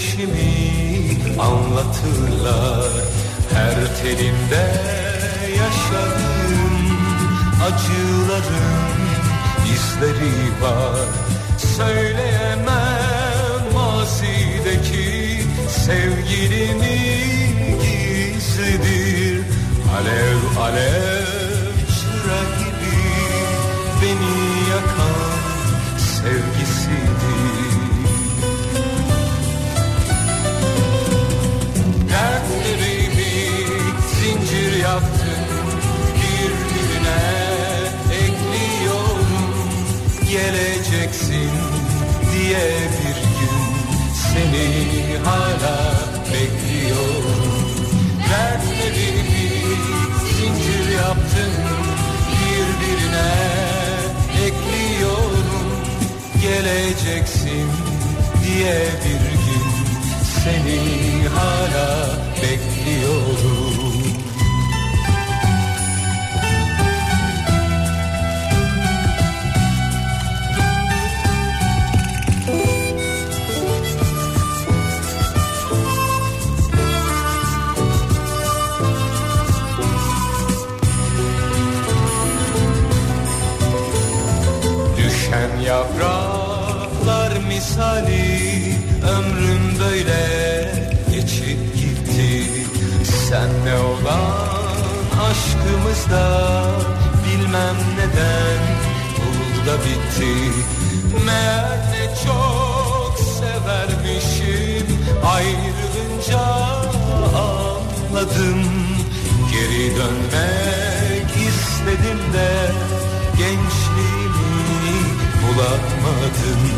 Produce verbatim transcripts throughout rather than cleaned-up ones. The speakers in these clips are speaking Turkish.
geçmişimi anlatırlar. Her telimde yaşadığım acıların izleri var. Söyleyemem mazideki sevgilimi gizlidir. Alev alev çıra gibi beni yakan sevgisidir. Dertlerimi zincir yaptım, birbirine ekliyorum. Geleceksin diye bir gün seni hala bekliyorum. Dertlerimi zincir yaptım, birbirine ekliyorum. Geleceksin diye bir gün seni hala bekliyorum. Düşen yapraklar misali ömrüm böyle geçip gitti. Senle olan aşkımızda bilmem neden burada bitti. Meğer ne çok severmişim, ayrılınca anladım. Geri dönmek istedim de gençliğimi bulamadım.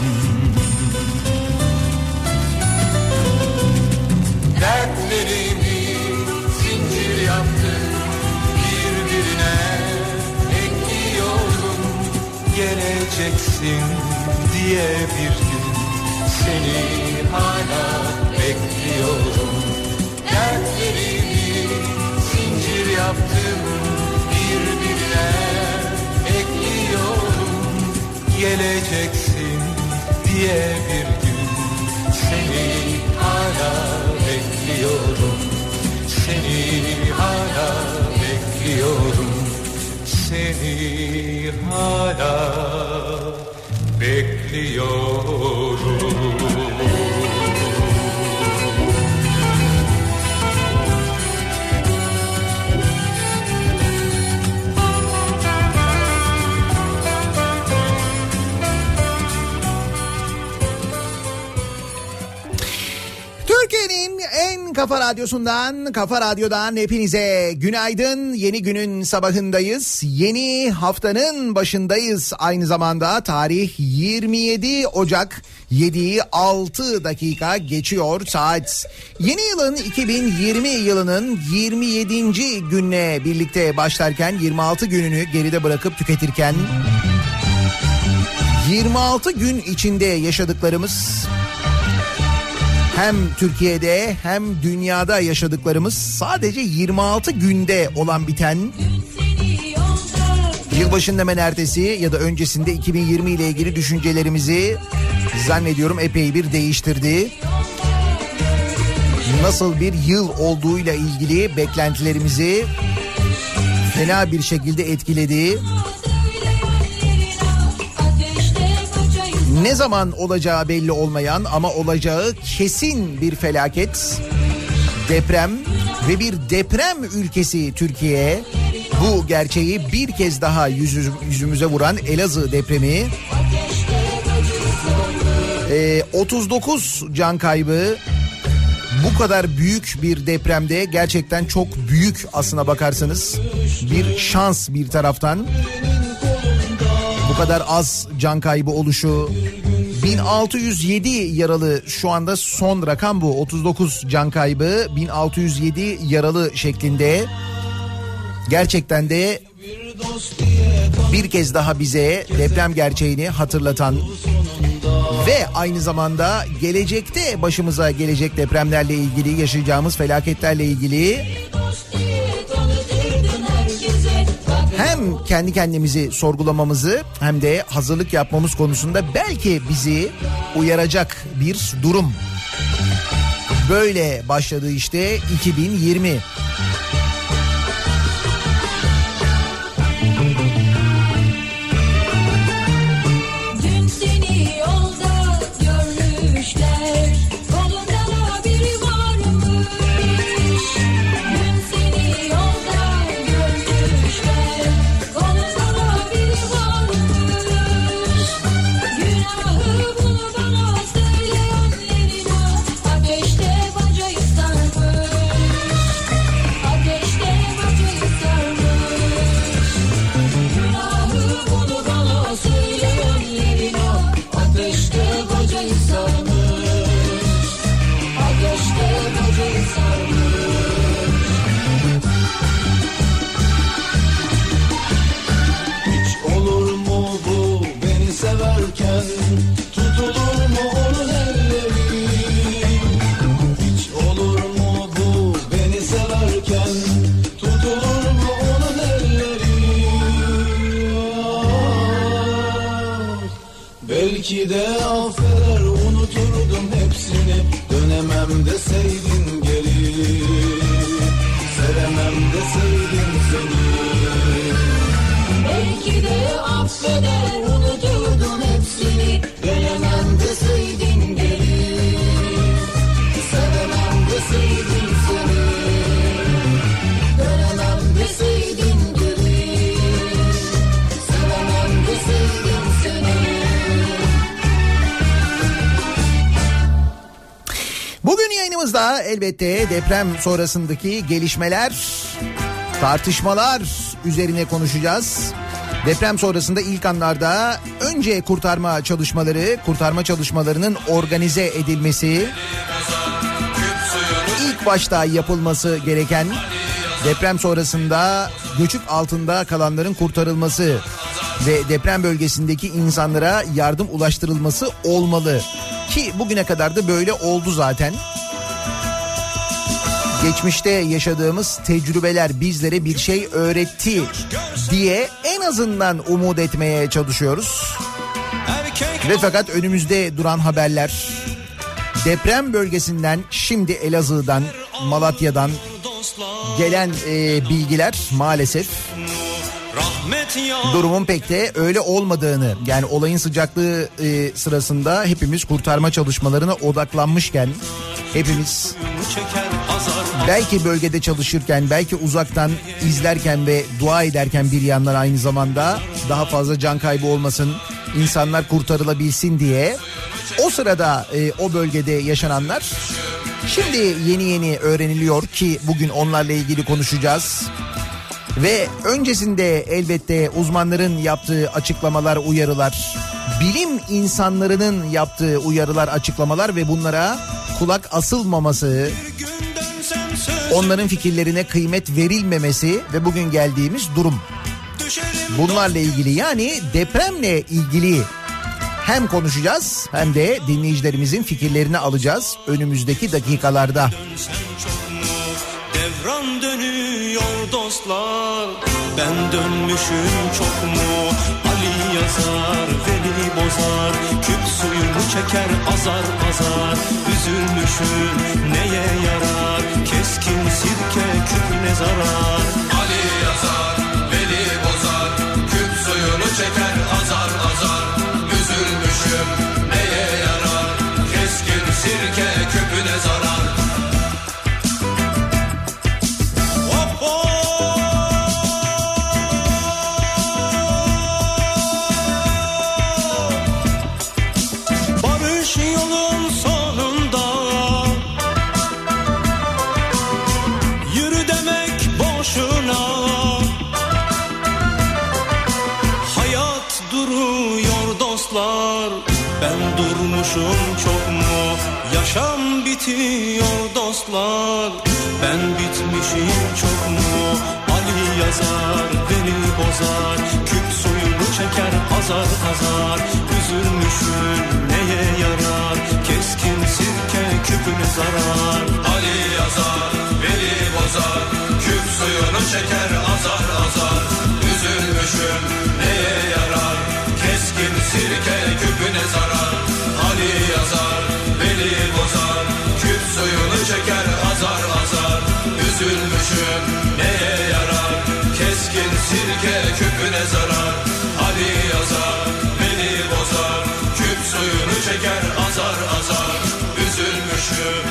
Dertlerimi zincir yaptım, birbirine ekliyorum. Geleceksin diye bir gün seni hala bekliyorum. Dertlerimi zincir yaptım, birbirine ekliyorum. Geleceksin diye bir gün seni hala bekliyorum. Seni hala bekliyorum. Seni hala bekliyorum. Türkiye'nin en kafa radyosundan, Kafa Radyo'dan hepinize günaydın. Yeni günün sabahındayız. Yeni haftanın başındayız. Aynı zamanda tarih yirmi yedi Ocak, yediyi altı dakika geçiyor saat. Yeni yılın iki bin yirmi yılının yirmi yedinci gününe birlikte başlarken, yirmi altı gününü geride bırakıp tüketirken, yirmi altı gün içinde yaşadıklarımız, hem Türkiye'de hem dünyada yaşadıklarımız, sadece yirmi altı günde olan biten, yılbaşının hemen ertesi ya da öncesinde iki bin yirmi ile ilgili düşüncelerimizi zannediyorum epey bir değiştirdi. Nasıl bir yıl olduğuyla ilgili beklentilerimizi fena bir şekilde etkiledi. Ne zaman olacağı belli olmayan ama olacağı kesin bir felaket, deprem ve bir deprem ülkesi Türkiye. Bu gerçeği bir kez daha yüz, yüzümüze vuran Elazığ depremi, ee, otuz dokuz can kaybı, bu kadar büyük bir depremde gerçekten çok büyük aslına bakarsanız bir şans bir taraftan. Bu kadar az can kaybı oluşu, bin altı yüz yedi yaralı şu anda son rakam bu. otuz dokuz can kaybı, bin altı yüz yedi yaralı şeklinde. Gerçekten de bir kez daha bize deprem gerçeğini hatırlatan ve aynı zamanda gelecekte başımıza gelecek depremlerle ilgili, yaşayacağımız felaketlerle ilgili hem kendi kendimizi sorgulamamızı hem de hazırlık yapmamız konusunda belki bizi uyaracak bir durum. Böyle başladı işte iki bin yirmi. Belki de affeder unuturdum hepsini. Dönemem deseydin geri, sevemem deseydin seni. Belki de affeder unuturdum hepsini. Dönemem deseydin geri, sevemem deseydin seni. Dönemem deseydin geri, sevemem deseydin seni. Bugün yayınımızda elbette deprem sonrasındaki gelişmeler, tartışmalar üzerine konuşacağız. Deprem sonrasında ilk anlarda önce kurtarma çalışmaları, kurtarma çalışmalarının organize edilmesi, ilk başta yapılması gereken deprem sonrasında göçük altında kalanların kurtarılması ve deprem bölgesindeki insanlara yardım ulaştırılması olmalı. Ki bugüne kadar da böyle oldu zaten. Geçmişte yaşadığımız tecrübeler bizlere bir şey öğretti diye en azından umut etmeye çalışıyoruz. Ve fakat önümüzde duran haberler, deprem bölgesinden, şimdi Elazığ'dan, Malatya'dan gelen e, bilgiler maalesef durumun pek de öyle olmadığını, yani olayın sıcaklığı e, sırasında hepimiz kurtarma çalışmalarına odaklanmışken, hepimiz belki bölgede çalışırken, belki uzaktan izlerken ve dua ederken bir yandan aynı zamanda daha fazla can kaybı olmasın, insanlar kurtarılabilsin diye o sırada e, o bölgede yaşananlar şimdi yeni yeni öğreniliyor ki bugün onlarla ilgili konuşacağız. Ve öncesinde elbette uzmanların yaptığı açıklamalar, uyarılar, bilim insanlarının yaptığı uyarılar, açıklamalar ve bunlara kulak asılmaması, onların fikirlerine kıymet verilmemesi ve bugün geldiğimiz durum. Bunlarla ilgili, yani depremle ilgili hem konuşacağız hem de dinleyicilerimizin fikirlerini alacağız önümüzdeki dakikalarda. Devran dönüyor dostlar, ben dönmüşüm çok mu? Ali yazar, Veli bozar, küp suyunu çeker azar azar. Üzülmüşüm neye yarar, keskin sirke küpüne zarar. Ali yazar, Veli bozar, küp suyunu çeker azar azar. Üzülmüşüm neye yarar, keskin sirke küpüne zarar. Ben durmuşum çok mu? Yaşam bitiyor dostlar, ben bitmişim çok mu? Ali yazar, beni bozar, küp suyunu çeker azar azar. Üzülmüşüm neye yarar, keskin sirke küpüne zarar. Ali yazar, Veli bozar, küp suyunu çeker azar azar. Üzülmüşüm neye yarar, keskin sirke küpüne zarar. Ali yazar, Veli bozar, küp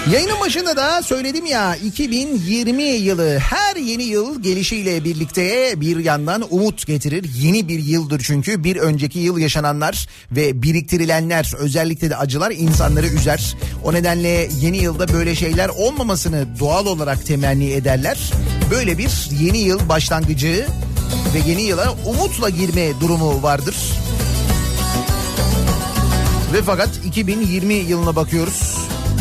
Yayının başında da söyledim ya, iki bin yirmi yılı her yeni yıl gelişiyle birlikte bir yandan umut getirir. Yeni bir yıldır çünkü bir önceki yıl yaşananlar ve biriktirilenler, özellikle de acılar insanları üzer. O nedenle yeni yılda böyle şeyler olmamasını doğal olarak temenni ederler. Böyle bir yeni yıl başlangıcı ve yeni yıla umutla girme durumu vardır. Ve fakat iki bin yirmi yılına bakıyoruz.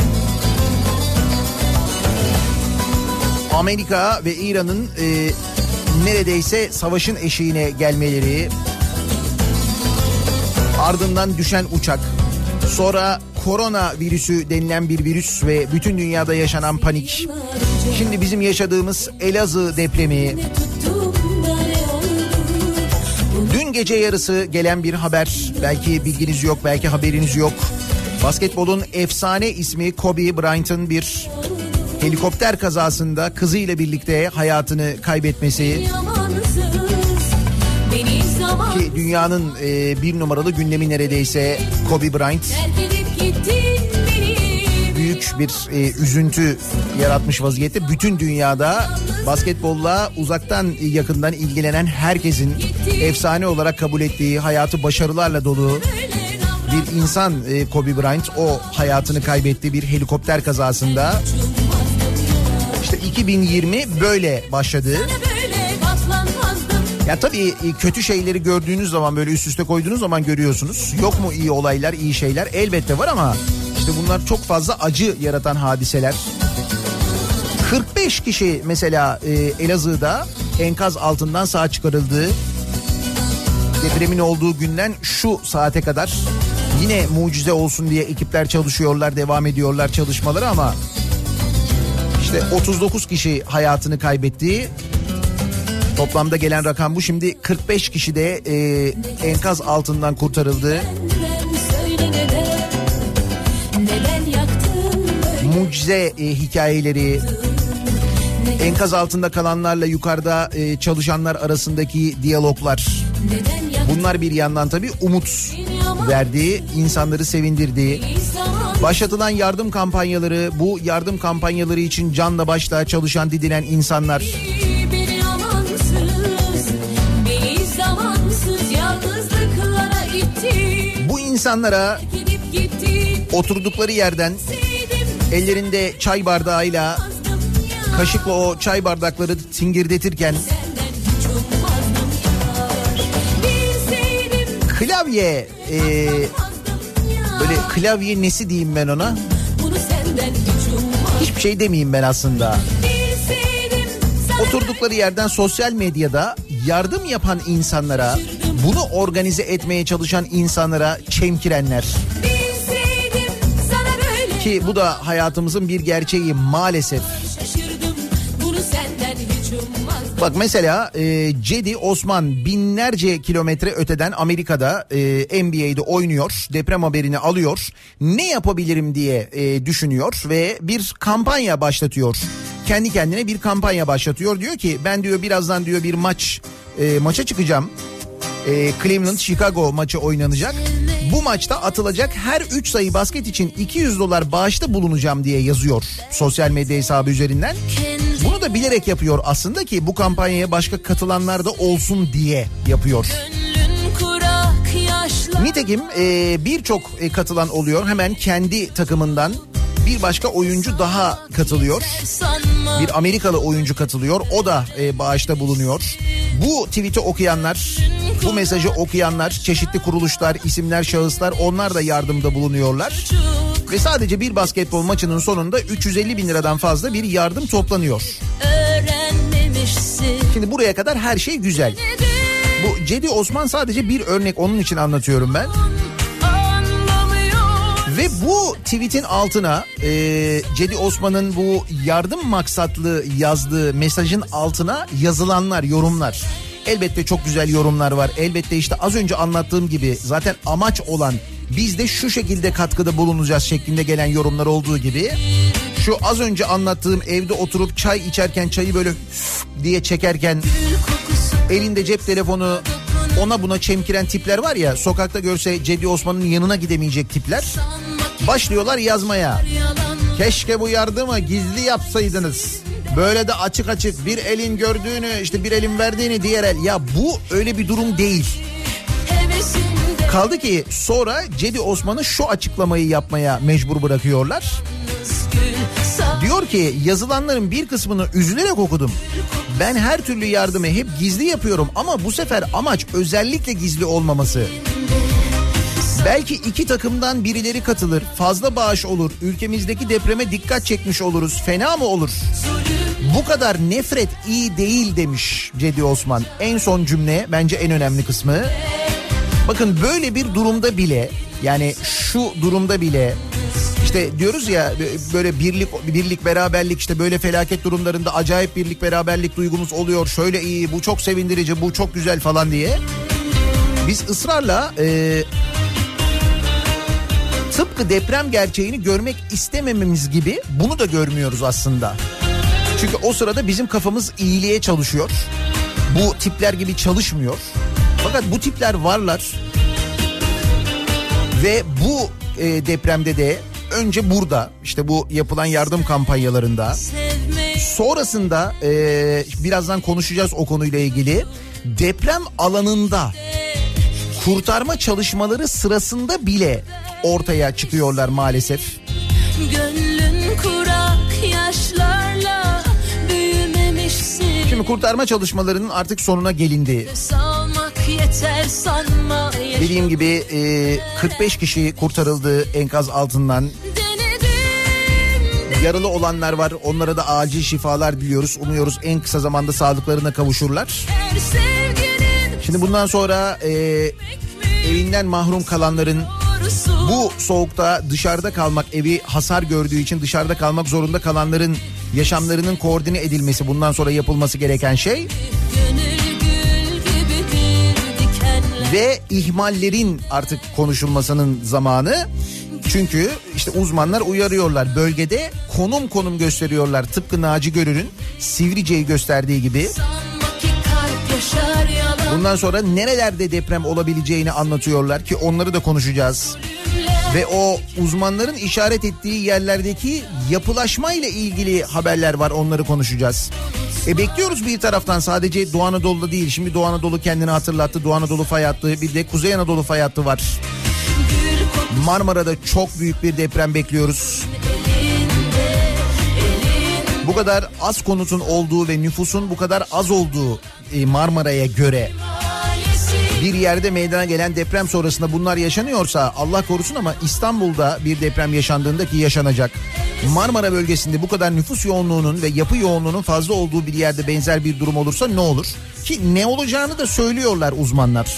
Amerika ve İran'ın e, neredeyse savaşın eşiğine gelmeleri, ardından düşen uçak, sonra korona virüsü denilen bir virüs ve bütün dünyada yaşanan panik, şimdi bizim yaşadığımız Elazığ depremi, dün gece yarısı gelen bir haber, belki bilginiz yok, belki haberiniz yok. Basketbolun efsane ismi Kobe Bryant'ın bir helikopter kazasında kızıyla birlikte hayatını kaybetmesi, ki dünyanın e, bir numaralı gündemi neredeyse Kobe Bryant, büyük bir e, üzüntü yaratmış vaziyette. Bütün dünyada basketbolla uzaktan yakından ilgilenen herkesin efsane olarak kabul ettiği, hayatı başarılarla dolu bir insan e, Kobe Bryant. O hayatını kaybetti bir helikopter kazasında. İşte iki bin yirmi böyle başladı. Ya tabii kötü şeyleri gördüğünüz zaman, böyle üst üste koyduğunuz zaman görüyorsunuz. Yok mu iyi olaylar, iyi şeyler? Elbette var ama işte bunlar çok fazla acı yaratan hadiseler. kırk beş kişi mesela e, Elazığ'da enkaz altından sağ çıkarıldı. Depremin olduğu günden şu saate kadar yine mucize olsun diye ekipler çalışıyorlar, devam ediyorlar çalışmaları ama işte otuz dokuz kişi hayatını kaybetti. Toplamda gelen rakam bu. Şimdi kırk beş kişi de e, enkaz altından kurtarıldı. Mucize e, hikayeleri, enkaz altında kalanlarla yukarıda e, çalışanlar arasındaki diyaloglar. Bunlar bir yandan tabii umut verdi, insanları sevindirdi. Başlatılan yardım kampanyaları, bu yardım kampanyaları için canla başla çalışan, didinen insanlar. Bu insanlara oturdukları yerden ellerinde çay bardağıyla, kaşıkla o çay bardakları tingirdetirken klavye, e, böyle klavye nesi diyeyim ben ona? Hiçbir şey demeyeyim ben aslında. Oturdukları yerden sosyal medyada yardım yapan insanlara, bunu organize etmeye çalışan insanlara çemkirenler. Ki bu da hayatımızın bir gerçeği maalesef. Bak mesela e, Cedi Osman binlerce kilometre öteden Amerika'da e, N B A'de oynuyor. Deprem haberini alıyor. Ne yapabilirim diye e, düşünüyor ve bir kampanya başlatıyor. Kendi kendine bir kampanya başlatıyor. Diyor ki ben diyor birazdan diyor bir maç e, maça çıkacağım. E, Cleveland Chicago maçı oynanacak. Bu maçta atılacak her üç sayı basket için iki yüz dolar bağışta bulunacağım diye yazıyor sosyal medya hesabı üzerinden. Bunu da bilerek yapıyor aslında ki bu kampanyaya başka katılanlar da olsun diye yapıyor. Nitekim e, birçok e, katılan oluyor. Hemen kendi takımından bir başka oyuncu daha katılıyor. Bir Amerikalı oyuncu katılıyor. O da e, bağışta bulunuyor. Bu tweet'i okuyanlar, bu mesajı okuyanlar, çeşitli kuruluşlar, isimler, şahıslar, onlar da yardımda bulunuyorlar. Ve sadece bir basketbol maçının sonunda üç yüz elli bin liradan fazla bir yardım toplanıyor. Şimdi buraya kadar her şey güzel. Bu Cedi Osman sadece bir örnek, onun için anlatıyorum ben. Ve bu tweetin altına e, Cedi Osman'ın bu yardım maksatlı yazdığı mesajın altına yazılanlar, yorumlar. Elbette çok güzel yorumlar var. Elbette işte az önce anlattığım gibi zaten amaç olan biz de şu şekilde katkıda bulunacağız şeklinde gelen yorumlar olduğu gibi. Şu az önce anlattığım evde oturup çay içerken çayı böyle diye çekerken elinde cep telefonu ona buna çemkiren tipler var ya, sokakta görse Cedi Osman'ın yanına gidemeyecek tipler. Başlıyorlar yazmaya. Keşke bu yardımı gizli yapsaydınız. Böyle de açık açık bir elin gördüğünü, işte bir elin verdiğini diğer el. Ya bu öyle bir durum değil. Kaldı ki sonra Cedi Osman'ı şu açıklamayı yapmaya mecbur bırakıyorlar. Diyor ki yazılanların bir kısmını üzülerek okudum. Ben her türlü yardımı hep gizli yapıyorum ama bu sefer amaç özellikle gizli olmaması. Belki iki takımdan birileri katılır, fazla bağış olur, ülkemizdeki depreme dikkat çekmiş oluruz, fena mı olur? Bu kadar nefret iyi değil demiş Cedi Osman. En son cümle bence en önemli kısmı. Bakın böyle bir durumda bile, yani şu durumda bile işte diyoruz ya böyle birlik birlik beraberlik, işte böyle felaket durumlarında acayip birlik beraberlik duygumuz oluyor. Şöyle iyi, bu çok sevindirici, bu çok güzel falan diye. Biz ısrarla e, tıpkı deprem gerçeğini görmek istemememiz gibi bunu da görmüyoruz aslında. Çünkü o sırada bizim kafamız iyiliğe çalışıyor. Bu tipler gibi çalışmıyor. Fakat bu tipler varlar. Ve bu e, depremde de önce burada işte bu yapılan yardım kampanyalarında, sonrasında e, birazdan konuşacağız o konuyla ilgili, deprem alanında kurtarma çalışmaları sırasında bile ortaya çıkıyorlar maalesef. Gönlün kurak yaşlarla büyümemişsin. Şimdi kurtarma çalışmalarının artık sonuna gelindi. Sanma, dediğim gibi e, kırk beş kişi kurtarıldı enkaz altından. Denedim. Yaralı olanlar var, onlara da acil şifalar diliyoruz. Umuyoruz en kısa zamanda sağlıklarına kavuşurlar. Şimdi bundan sonra e, evinden mahrum kalanların, bu soğukta dışarıda kalmak, evi hasar gördüğü için dışarıda kalmak zorunda kalanların yaşamlarının koordine edilmesi bundan sonra yapılması gereken şey. Ve ihmallerin artık konuşulmasının zamanı. Çünkü işte uzmanlar uyarıyorlar, bölgede konum konum gösteriyorlar. Tıpkı Naci Görür'ün Sivrice'yi gösterdiği gibi. Bundan sonra nerelerde deprem olabileceğini anlatıyorlar ki onları da konuşacağız. Ve o uzmanların işaret ettiği yerlerdeki yapılaşma ile ilgili haberler var, onları konuşacağız. E bekliyoruz bir taraftan, sadece Doğu Anadolu'da değil. Şimdi Doğu Anadolu kendini hatırlattı. Doğu Anadolu fay hattı, bir de Kuzey Anadolu fay hattı var. Marmara'da çok büyük bir deprem bekliyoruz. Bu kadar az konutun olduğu ve nüfusun bu kadar az olduğu Marmara'ya göre bir yerde meydana gelen deprem sonrasında bunlar yaşanıyorsa Allah korusun, ama İstanbul'da bir deprem yaşandığında, ki yaşanacak, Marmara bölgesinde bu kadar nüfus yoğunluğunun ve yapı yoğunluğunun fazla olduğu bir yerde benzer bir durum olursa ne olur? Ki ne olacağını da söylüyorlar uzmanlar.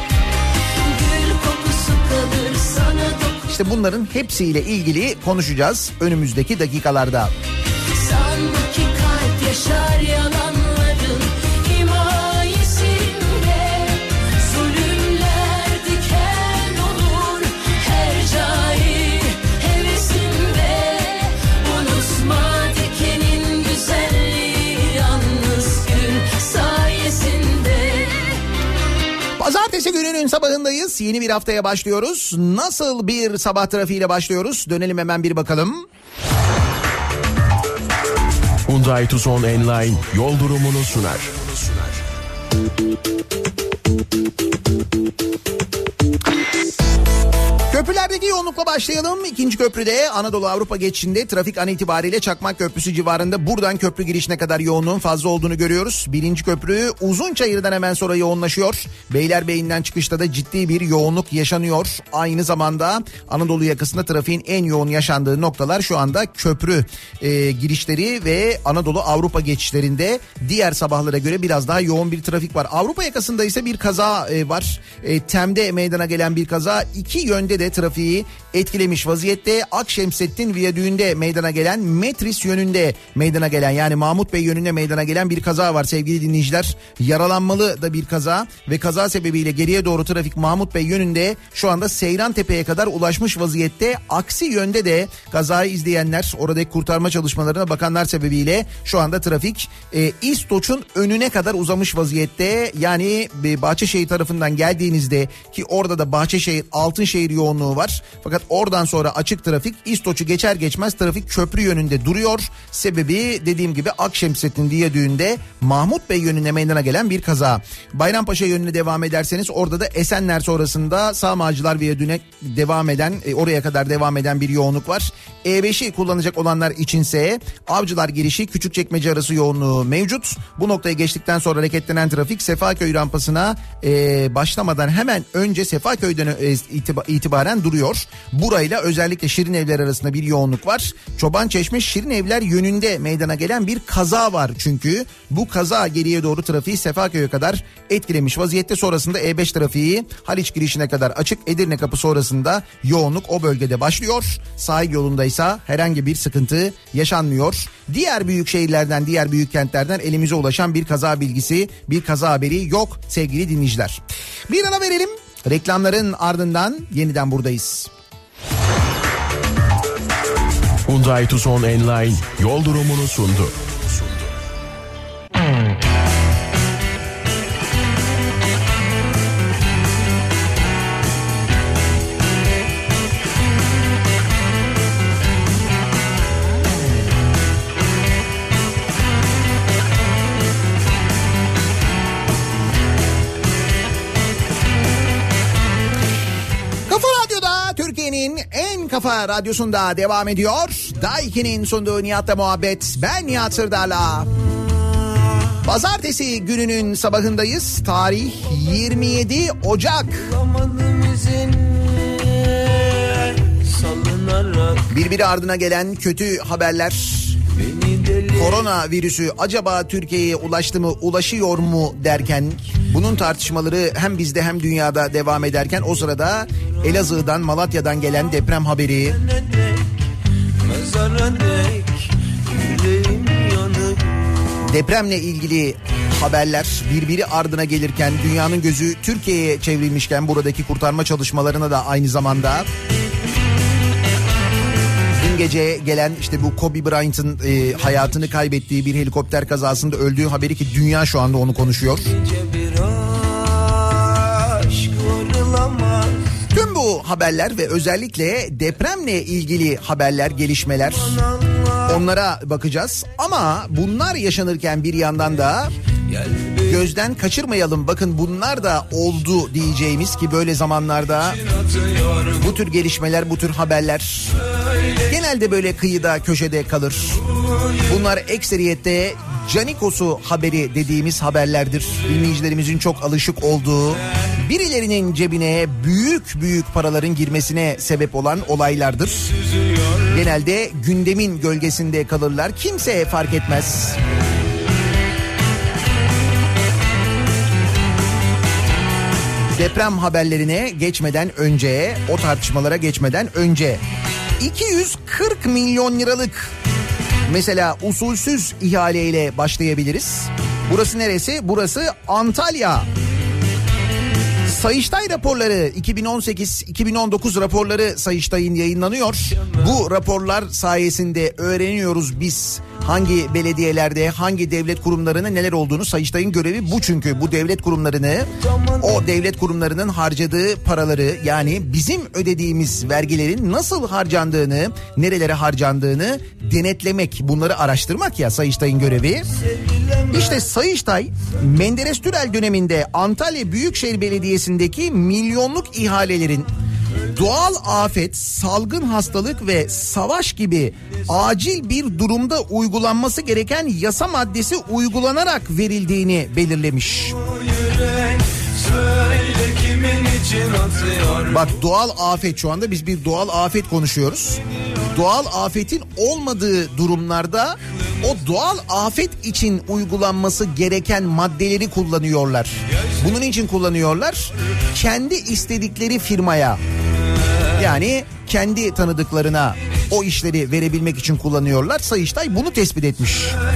İşte bunların hepsiyle ilgili konuşacağız önümüzdeki dakikalarda. Sanma ki kalp yaşar yalanların himayesinde, zulümler diken olur her cahil hevesinde. Unutma dikenin güzelliği yalnız gül sayesinde. Pazartesi gününün sabahındayız. Yeni bir haftaya başlıyoruz. Nasıl bir sabah trafiğiyle başlıyoruz? Dönelim hemen bir bakalım. Hyundai Tucson Enline yol durumunu sunar. Köprülerdeki yoğunlukla başlayalım. İkinci köprüde Anadolu Avrupa geçişinde trafik an itibariyle Çakmak Köprüsü civarında, buradan köprü girişine kadar yoğunluğun fazla olduğunu görüyoruz. Birinci köprü Uzunçayır'dan hemen sonra yoğunlaşıyor. Beylerbeyi'nden çıkışta da ciddi bir yoğunluk yaşanıyor. Aynı zamanda Anadolu yakasında trafiğin en yoğun yaşandığı noktalar şu anda köprü e, girişleri ve Anadolu Avrupa geçişlerinde. Diğer sabahlara göre biraz daha yoğun bir trafik var. Avrupa yakasında ise bir kaza e, var. E, Tem'de meydana gelen bir kaza iki yönde de trafiği etkilemiş vaziyette. Akşemsettin Viyadüğü'nde meydana gelen, Metris yönünde meydana gelen, yani Mahmut Bey yönünde meydana gelen bir kaza var sevgili dinleyiciler. Yaralanmalı da bir kaza ve kaza sebebiyle geriye doğru trafik Mahmut Bey yönünde şu anda Seyrantepe'ye kadar ulaşmış vaziyette. Aksi yönde de kazayı izleyenler, oradaki kurtarma çalışmalarına bakanlar sebebiyle şu anda trafik e, İstoç'un önüne kadar uzamış vaziyette. Yani e, Bahçeşehir tarafından geldiğinizde, ki orada da Bahçeşehir Altınşehir yoğunluğu yoğunluğu var. Fakat oradan sonra açık trafik. İstoç'u geçer geçmez trafik köprü yönünde duruyor. Sebebi dediğim gibi Akşemsettin Viyadüğü'nde Mahmut Bey yönüne meydana gelen bir kaza. Bayrampaşa yönüne devam ederseniz orada da Esenler sonrasında Sağmacılar Viyadüğü'ne devam eden, oraya kadar devam eden bir yoğunluk var. E beşi kullanacak olanlar içinse Avcılar girişi Küçükçekmece arası yoğunluğu mevcut. Bu noktayı geçtikten sonra hareketlenen trafik Sefaköy rampasına e, başlamadan hemen önce Sefaköy'den e, itibaren duruyor. Burayla özellikle Şirinevler arasında bir yoğunluk var. Çobançeşme Şirinevler yönünde meydana gelen bir kaza var çünkü. Bu kaza geriye doğru trafiği Sefaköy'e kadar etkilemiş vaziyette. Sonrasında E beş trafiği Haliç girişine kadar açık. Edirne kapı sonrasında yoğunluk o bölgede başlıyor. Sahil yolundaysa herhangi bir sıkıntı yaşanmıyor. Diğer büyük şehirlerden, diğer büyük kentlerden elimize ulaşan bir kaza bilgisi, bir kaza haberi yok sevgili dinleyiciler. Bir ara verelim. Reklamların ardından yeniden buradayız. Hyundai Tucson Enline yol durumunu sundu. Türkiye'nin en kafa radyosunda devam ediyor. Daiki'nin sunduğu Nihat'la muhabbet. Ben Nihat Sırdar'la. Pazartesi gününün sabahındayız. Tarih yirmi yedi Ocak. Birbiri ardına gelen kötü haberler. Korona virüsü acaba Türkiye'ye ulaştı mı, ulaşıyor mu derken bunun tartışmaları hem bizde hem dünyada devam ederken o sırada Elazığ'dan, Malatya'dan gelen deprem haberi. Depremle ilgili haberler birbiri ardına gelirken dünyanın gözü Türkiye'ye çevrilmişken buradaki kurtarma çalışmalarına da aynı zamanda dün gece gelen işte bu Kobe Bryant'ın e, hayatını kaybettiği bir helikopter kazasında öldüğü haberi ki dünya şu anda onu konuşuyor. Tüm bu haberler ve özellikle depremle ilgili haberler, gelişmeler, onlara bakacağız. Ama bunlar yaşanırken bir yandan da gözden kaçırmayalım. Bakın bunlar da oldu diyeceğimiz ki böyle zamanlarda bu tür gelişmeler, bu tür haberler genelde böyle kıyıda, köşede kalır. Bunlar ekseriyette Canikos'u haberi dediğimiz haberlerdir. Dinleyicilerimizin çok alışık olduğu, birilerinin cebine büyük büyük paraların girmesine sebep olan olaylardır. Genelde gündemin gölgesinde kalırlar. Kimse fark etmez. Deprem haberlerine geçmeden önce, o tartışmalara geçmeden önce iki yüz kırk milyon liralık mesela usulsüz ihaleyle başlayabiliriz. Burası neresi? Burası Antalya. Sayıştay raporları iki bin on sekiz iki bin on dokuz raporları Sayıştay'ın yayınlanıyor. Bu raporlar sayesinde öğreniyoruz biz hangi belediyelerde, hangi devlet kurumlarının neler olduğunu. Sayıştay'ın görevi bu çünkü bu devlet kurumlarını, o devlet kurumlarının harcadığı paraları, yani bizim ödediğimiz vergilerin nasıl harcandığını, nerelere harcandığını denetlemek, bunları araştırmak ya Sayıştay'ın görevi. İşte Sayıştay Menderes Türel döneminde Antalya Büyükşehir Belediyesi'ndeki milyonluk ihalelerin doğal afet, salgın hastalık ve savaş gibi acil bir durumda uygulanması gereken yasa maddesi uygulanarak verildiğini belirlemiş. Bak, doğal afet, şu anda biz bir doğal afet konuşuyoruz. Doğal afetin olmadığı durumlarda o doğal afet için uygulanması gereken maddeleri kullanıyorlar. Bunun için kullanıyorlar, kendi istedikleri firmaya, yani kendi tanıdıklarına o işleri verebilmek için kullanıyorlar. Sayıştay bunu tespit etmiş.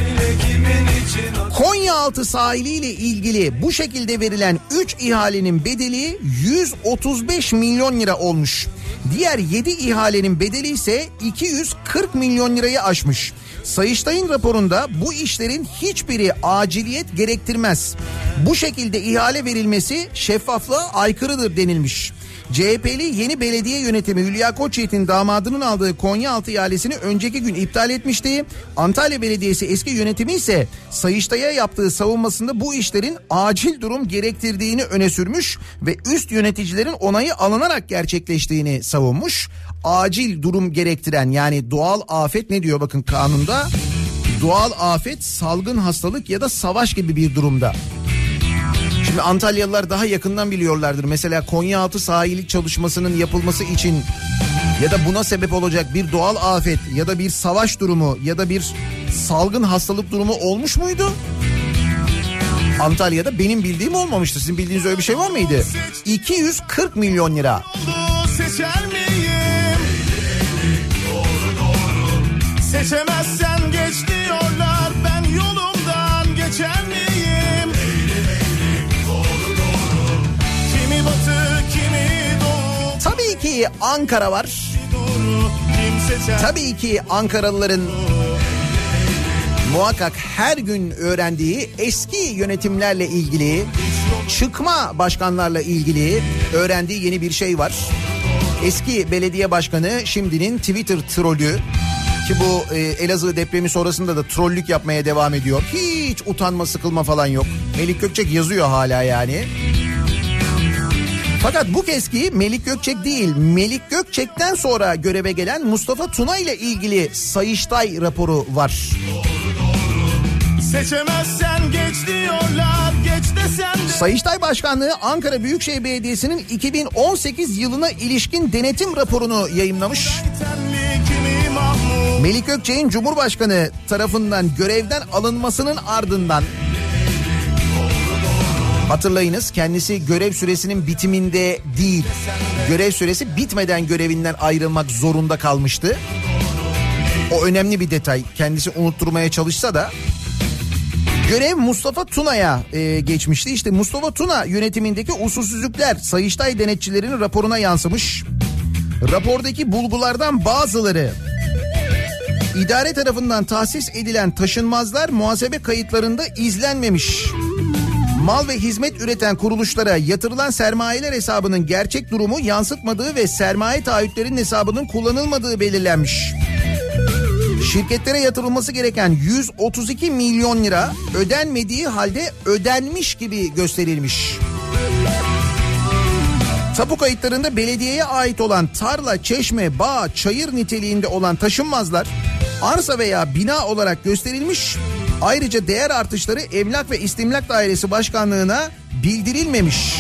Konyaaltı sahiliyle ilgili bu şekilde verilen üç ihalenin bedeli yüz otuz beş milyon lira olmuş. Diğer yedi ihalenin bedeli ise iki yüz kırk milyon lirayı aşmış. Sayıştay'ın raporunda bu işlerin hiçbiri aciliyet gerektirmez. Bu şekilde ihale verilmesi şeffaflığa aykırıdır denilmiş. C H P'li yeni belediye yönetimi Hülya Koçyiğit'in damadının aldığı Konyaaltı ihalesini önceki gün iptal etmişti. Antalya Belediyesi eski yönetimi ise Sayıştay'a yaptığı savunmasında bu işlerin acil durum gerektirdiğini öne sürmüş ve üst yöneticilerin onayı alınarak gerçekleştiğini savunmuş. Acil durum gerektiren, yani doğal afet ne diyor bakın kanunda? Doğal afet, salgın hastalık ya da savaş gibi bir durumda. Şimdi Antalyalılar daha yakından biliyorlardır. Mesela Konyaaltı sahili çalışmasının yapılması için ya da buna sebep olacak bir doğal afet ya da bir savaş durumu ya da bir salgın hastalık durumu olmuş muydu? Antalya'da benim bildiğim olmamıştı. Sizin bildiğiniz öyle bir şey var mıydı? iki yüz kırk milyon lira. Seçer miyim? Doğru doğru. Seçemezsen geç diyorlar, ben yolumdan geçer miyim? Doğru doğru. Kimi batı kimi doğu. Tabii ki Ankara var. Doğru. Kim seçer? Tabii ki Ankaralıların muhakkak her gün öğrendiği eski yönetimlerle ilgili, çıkma başkanlarla ilgili öğrendiği yeni bir şey var. Eski belediye başkanı, şimdinin Twitter trolü, ki bu e, Elazığ depremi sonrasında da trollük yapmaya devam ediyor. Hiç utanma sıkılma falan yok. Melik Gökçek yazıyor hala yani. Fakat bu kezki Melik Gökçek değil, Melik Gökçek'ten sonra göreve gelen Mustafa Tuna ile ilgili Sayıştay raporu var. Seçemezsen geç diyorlar, geç desen de. Sayıştay Başkanlığı Ankara Büyükşehir Belediyesi'nin iki bin on sekiz yılına ilişkin denetim raporunu yayımlamış. Melik Gökçek'in Cumhurbaşkanı tarafından görevden alınmasının ardından, hatırlayınız, kendisi görev süresinin bitiminde değil, görev süresi bitmeden görevinden ayrılmak zorunda kalmıştı. O önemli bir detay, kendisi unutturmaya çalışsa da. Görev Mustafa Tuna'ya e, geçmişti. İşte Mustafa Tuna yönetimindeki usulsüzlükler Sayıştay denetçilerinin raporuna yansımış. Rapordaki bulgulardan bazıları: idare tarafından tahsis edilen taşınmazlar muhasebe kayıtlarında izlenmemiş. Mal ve hizmet üreten kuruluşlara yatırılan sermayeler hesabının gerçek durumu yansıtmadığı ve sermaye taahhütlerinin hesabının kullanılmadığı belirlenmiş. Şirketlere yatırılması gereken yüz otuz iki milyon lira ödenmediği halde ödenmiş gibi gösterilmiş. Tapu kayıtlarında belediyeye ait olan tarla, çeşme, bağ, çayır niteliğinde olan taşınmazlar arsa veya bina olarak gösterilmiş. Ayrıca değer artışları Emlak ve İstimlak Dairesi Başkanlığı'na bildirilmemiş.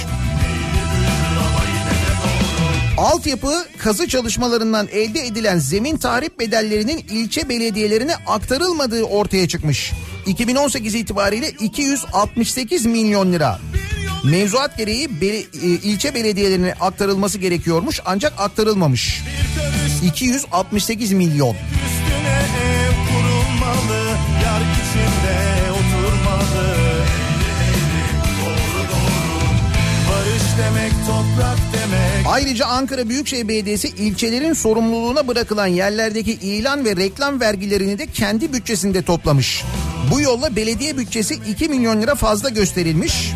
Altyapı kazı çalışmalarından elde edilen zemin tahrip bedellerinin ilçe belediyelerine aktarılmadığı ortaya çıkmış. iki bin on sekiz itibariyle iki yüz altmış sekiz milyon lira. Mevzuat gereği be, e, ilçe belediyelerine aktarılması gerekiyormuş, ancak aktarılmamış. iki yüz altmış sekiz milyon. Üstüne ev kurulmalı, yar içinde oturmalı. Doğru doğru. Barış demek toprak demek. Ayrıca Ankara Büyükşehir Belediyesi ilçelerin sorumluluğuna bırakılan yerlerdeki ilan ve reklam vergilerini de kendi bütçesinde toplamış. Bu yolla belediye bütçesi iki milyon lira fazla gösterilmiş.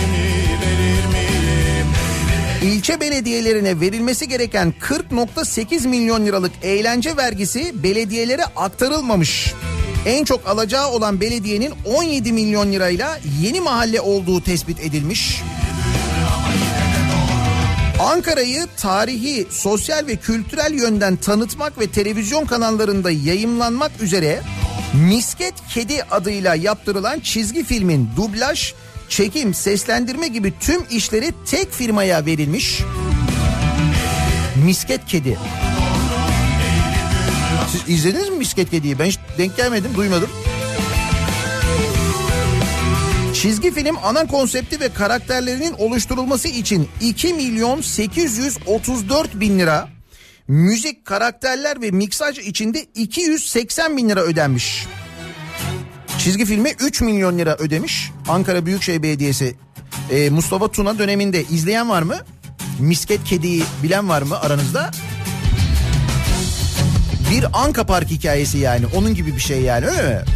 İlçe belediyelerine verilmesi gereken kırk virgül sekiz milyon liralık eğlence vergisi belediyelere aktarılmamış. En çok alacağı olan belediyenin on yedi milyon lirayla Yeni Mahalle olduğu tespit edilmiş. Ankara'yı tarihi, sosyal ve kültürel yönden tanıtmak ve televizyon kanallarında yayımlanmak üzere Misket Kedi adıyla yaptırılan çizgi filmin dublaj, çekim, seslendirme gibi tüm işleri tek firmaya verilmiş. Misket Kedi. Siz izlediniz mi Misket Kedi'yi? Ben hiç denk gelmedim, duymadım. Çizgi film ana konsepti ve karakterlerinin oluşturulması için iki milyon sekiz yüz otuz dört bin lira, müzik, karakterler ve miksaj içinde iki yüz seksen bin lira ödenmiş. Çizgi filme üç milyon lira ödemiş Ankara Büyükşehir Belediyesi. Ee, Mustafa Tuna döneminde izleyen var mı? Misket Kedi'yi bilen var mı aranızda? Bir Anka Park hikayesi yani, onun gibi bir şey yani, öyle mi?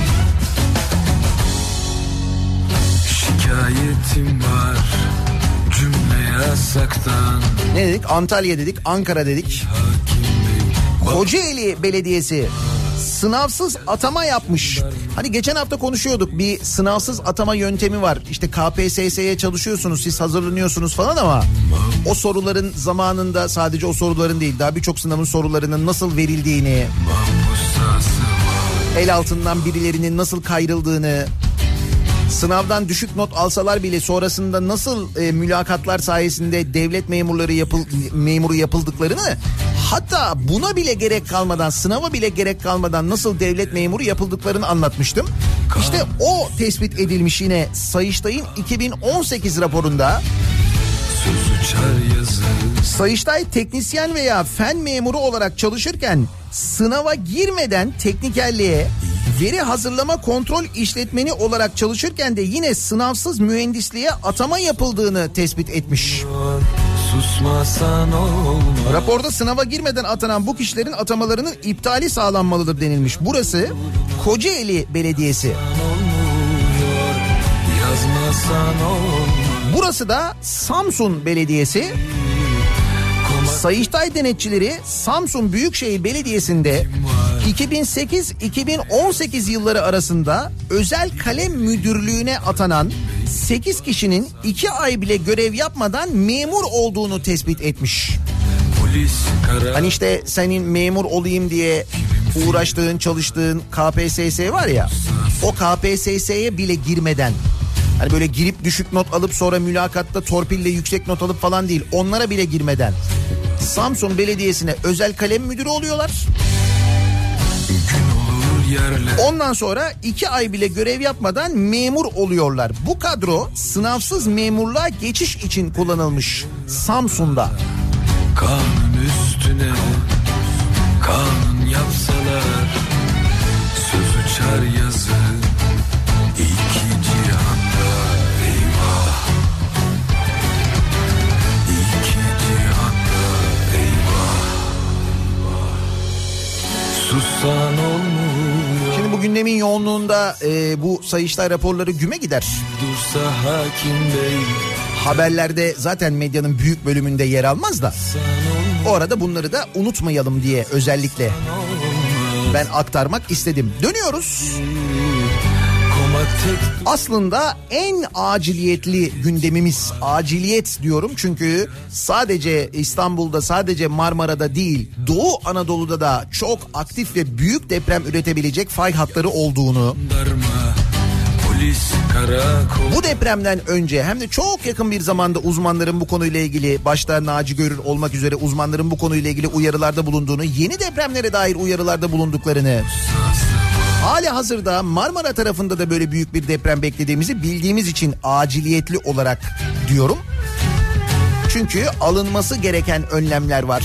Şikayetim var, cümle yasaktan. Ne dedik? Antalya dedik, Ankara dedik. Kocaeli Belediyesi sınavsız atama yapmış. Hani geçen hafta konuşuyorduk, bir sınavsız atama yöntemi var. İşte K P S S'ye çalışıyorsunuz, siz hazırlanıyorsunuz falan ama o soruların zamanında, sadece o soruların değil, daha birçok sınavın sorularının nasıl verildiğini, el altından birilerinin nasıl kayrıldığını, sınavdan düşük not alsalar bile sonrasında nasıl e, mülakatlar sayesinde devlet memurları yapıl, memuru yapıldıklarını, hatta buna bile gerek kalmadan, sınava bile gerek kalmadan nasıl devlet memuru yapıldıklarını anlatmıştım. İşte o tespit edilmiş yine Sayıştay'ın iki bin on sekiz raporunda. Sayıştay teknisyen veya fen memuru olarak çalışırken sınava girmeden teknikerliğe, veri hazırlama kontrol işletmeni olarak çalışırken de yine sınavsız mühendisliğe atama yapıldığını tespit etmiş. Raporda sınava girmeden atanan bu kişilerin atamalarının iptali sağlanmalıdır denilmiş. Burası Kocaeli Belediyesi. Burası da Samsun Belediyesi. Sayıştay denetçileri Samsun Büyükşehir Belediyesi'nde iki bin sekiz iki bin on sekiz yılları arasında özel kalem müdürlüğüne atanan sekiz kişinin iki ay bile görev yapmadan memur olduğunu tespit etmiş. Hani işte senin memur olayım diye uğraştığın, çalıştığın K P S S var ya, o K P S S'ye bile girmeden, hani böyle girip düşük not alıp sonra mülakatta torpille yüksek not alıp falan değil, onlara bile girmeden Samsun Belediyesi'ne özel kalem müdürü oluyorlar. Ondan sonra iki ay bile görev yapmadan memur oluyorlar. Bu kadro sınavsız memurluğa geçiş için kullanılmış Samsun'da. Kanun üstüne kanun yapsalar, söz uçar yazı iki cihanda, eyvah. İki cihanda, eyvah. Sussan olmuyor. Şimdi bu gündemin yoğunluğunda e, bu Sayıştay raporları güme gider. Dursa hakim bey. Haberlerde zaten medyanın büyük bölümünde yer almaz da o arada bunları da unutmayalım diye özellikle ben aktarmak istedim. Dönüyoruz. Aslında en aciliyetli gündemimiz, aciliyet diyorum çünkü sadece İstanbul'da, sadece Marmara'da değil, Doğu Anadolu'da da çok aktif ve büyük deprem üretebilecek fay hatları olduğunu, bu depremden önce hem de çok yakın bir zamanda uzmanların bu konuyla ilgili, başta Naci Görür olmak üzere uzmanların bu konuyla ilgili uyarılarda bulunduğunu, yeni depremlere dair uyarılarda bulunduklarını, hali hazırda Marmara tarafında da böyle büyük bir deprem beklediğimizi bildiğimiz için aciliyetli olarak diyorum. Çünkü alınması gereken önlemler var.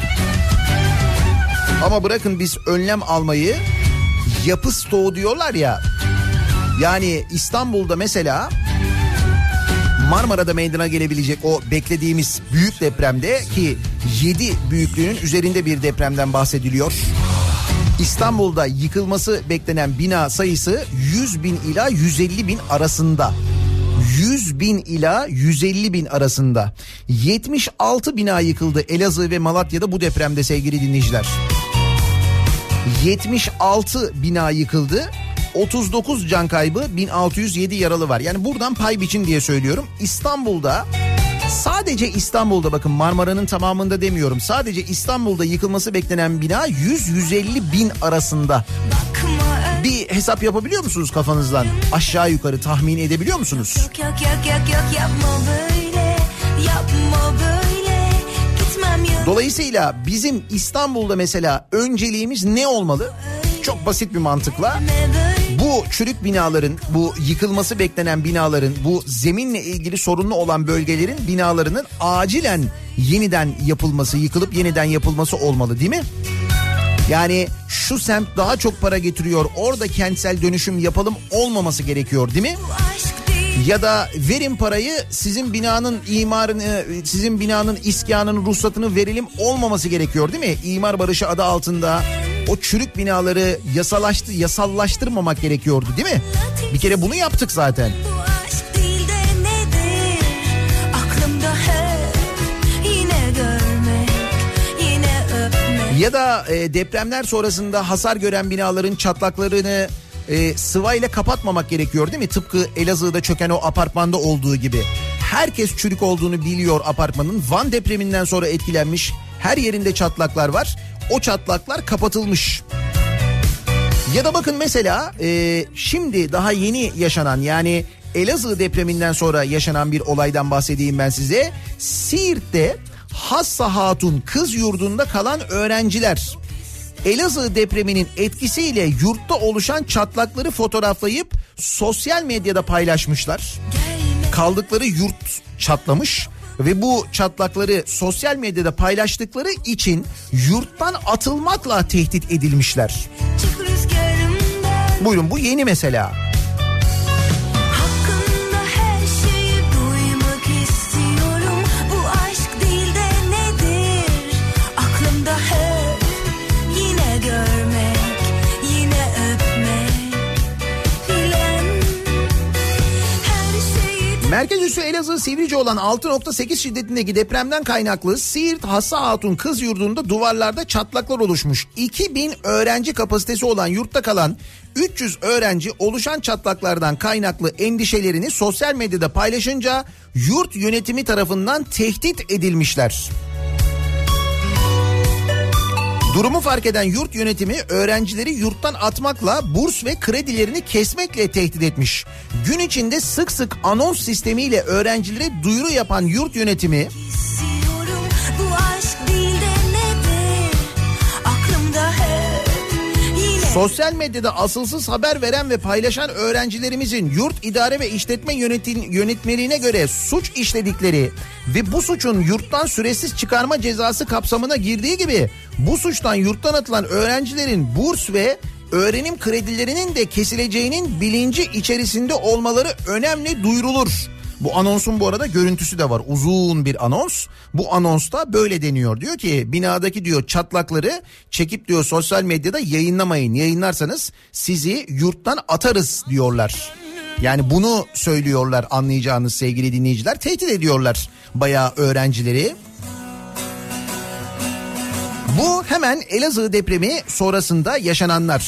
Ama bırakın biz önlem almayı, yapı stoğu diyorlar ya. Yani İstanbul'da mesela Marmara'da meydana gelebilecek o beklediğimiz büyük depremde, ki yedi büyüklüğünün üzerinde bir depremden bahsediliyor. İstanbul'da yıkılması beklenen bina sayısı yüz bin ila yüz elli bin arasında. yüz bin ila yüz elli bin arasında. yetmiş altı bina yıkıldı Elazığ ve Malatya'da bu depremde sevgili dinleyiciler. yetmiş altı bina yıkıldı. otuz dokuz can kaybı, bin altı yüz yedi yaralı var. Yani buradan pay biçin diye söylüyorum. İstanbul'da, sadece İstanbul'da, bakın Marmara'nın tamamında demiyorum, sadece İstanbul'da yıkılması beklenen bina yüz yüz elli bin arasında. Bir hesap yapabiliyor musunuz kafanızdan? Aşağı yukarı tahmin edebiliyor musunuz? Yok yok yok yok yok yapma böyle, yapma böyle, gitmem yok. Dolayısıyla bizim İstanbul'da mesela önceliğimiz ne olmalı? Çok basit bir mantıkla bu çürük binaların, bu yıkılması beklenen binaların, bu zeminle ilgili sorunlu olan bölgelerin binalarının acilen yeniden yapılması, yıkılıp yeniden yapılması olmalı, değil mi? Yani şu semt daha çok para getiriyor, orada kentsel dönüşüm yapalım olmaması gerekiyor, değil mi? Ya da verin parayı, sizin binanın imarını, sizin binanın iskanının ruhsatını verelim olmaması gerekiyor, değil mi? İmar barışı adı altında o çürük binaları yasalaştı, yasallaştırmamak gerekiyordu, değil mi? Bir kere bunu yaptık zaten. Bu aşk değil de nedir? Aklımda Ya da e, depremler sonrasında hasar gören binaların çatlaklarını e, sıvayla kapatmamak gerekiyor değil mi? Tıpkı Elazığ'da çöken o apartmanda olduğu gibi. Herkes çürük olduğunu biliyor apartmanın. Van depreminden sonra etkilenmiş. Her yerinde çatlaklar var. O çatlaklar kapatılmış. Ya da bakın mesela e, şimdi daha yeni yaşanan, yani Elazığ depreminden sonra yaşanan bir olaydan bahsedeyim ben size. Siirt'te Hassa Hatun Kız Yurdu'nda kalan öğrenciler Elazığ depreminin etkisiyle yurtta oluşan çatlakları fotoğraflayıp sosyal medyada paylaşmışlar. Kaldıkları yurt çatlamış ve bu çatlakları sosyal medyada paylaştıkları için yurttan atılmakla tehdit edilmişler. Buyurun, bu yeni mesela. Merkez üssü Elazığ Sivrice olan altı nokta sekiz şiddetindeki depremden kaynaklı Siirt Hassa Hatun Kız Yurdu'nda duvarlarda çatlaklar oluşmuş. iki bin öğrenci kapasitesi olan yurtta kalan üç yüz öğrenci oluşan çatlaklardan kaynaklı endişelerini sosyal medyada paylaşınca yurt yönetimi tarafından tehdit edilmişler. Durumu fark eden yurt yönetimi öğrencileri yurttan atmakla, burs ve kredilerini kesmekle tehdit etmiş. Gün içinde sık sık anons sistemiyle öğrencilere duyuru yapan yurt yönetimi sosyal medyada asılsız haber veren ve paylaşan öğrencilerimizin yurt idare ve işletme yönetim, yönetmeliğine göre suç işledikleri ve bu suçun yurttan süresiz çıkarma cezası kapsamına girdiği gibi bu suçtan yurttan atılan öğrencilerin burs ve öğrenim kredilerinin de kesileceğinin bilinci içerisinde olmaları önemli duyurulur. Bu anonsun bu arada görüntüsü de var. Uzun bir anons. Bu anonsta böyle deniyor. Diyor ki binadaki diyor çatlakları çekip diyor sosyal medyada yayınlamayın. Yayınlarsanız sizi yurttan atarız diyorlar. Yani bunu söylüyorlar, anlayacağınız sevgili dinleyiciler. Tehdit ediyorlar bayağı öğrencileri. Bu hemen Elazığ depremi sonrasında yaşananlar.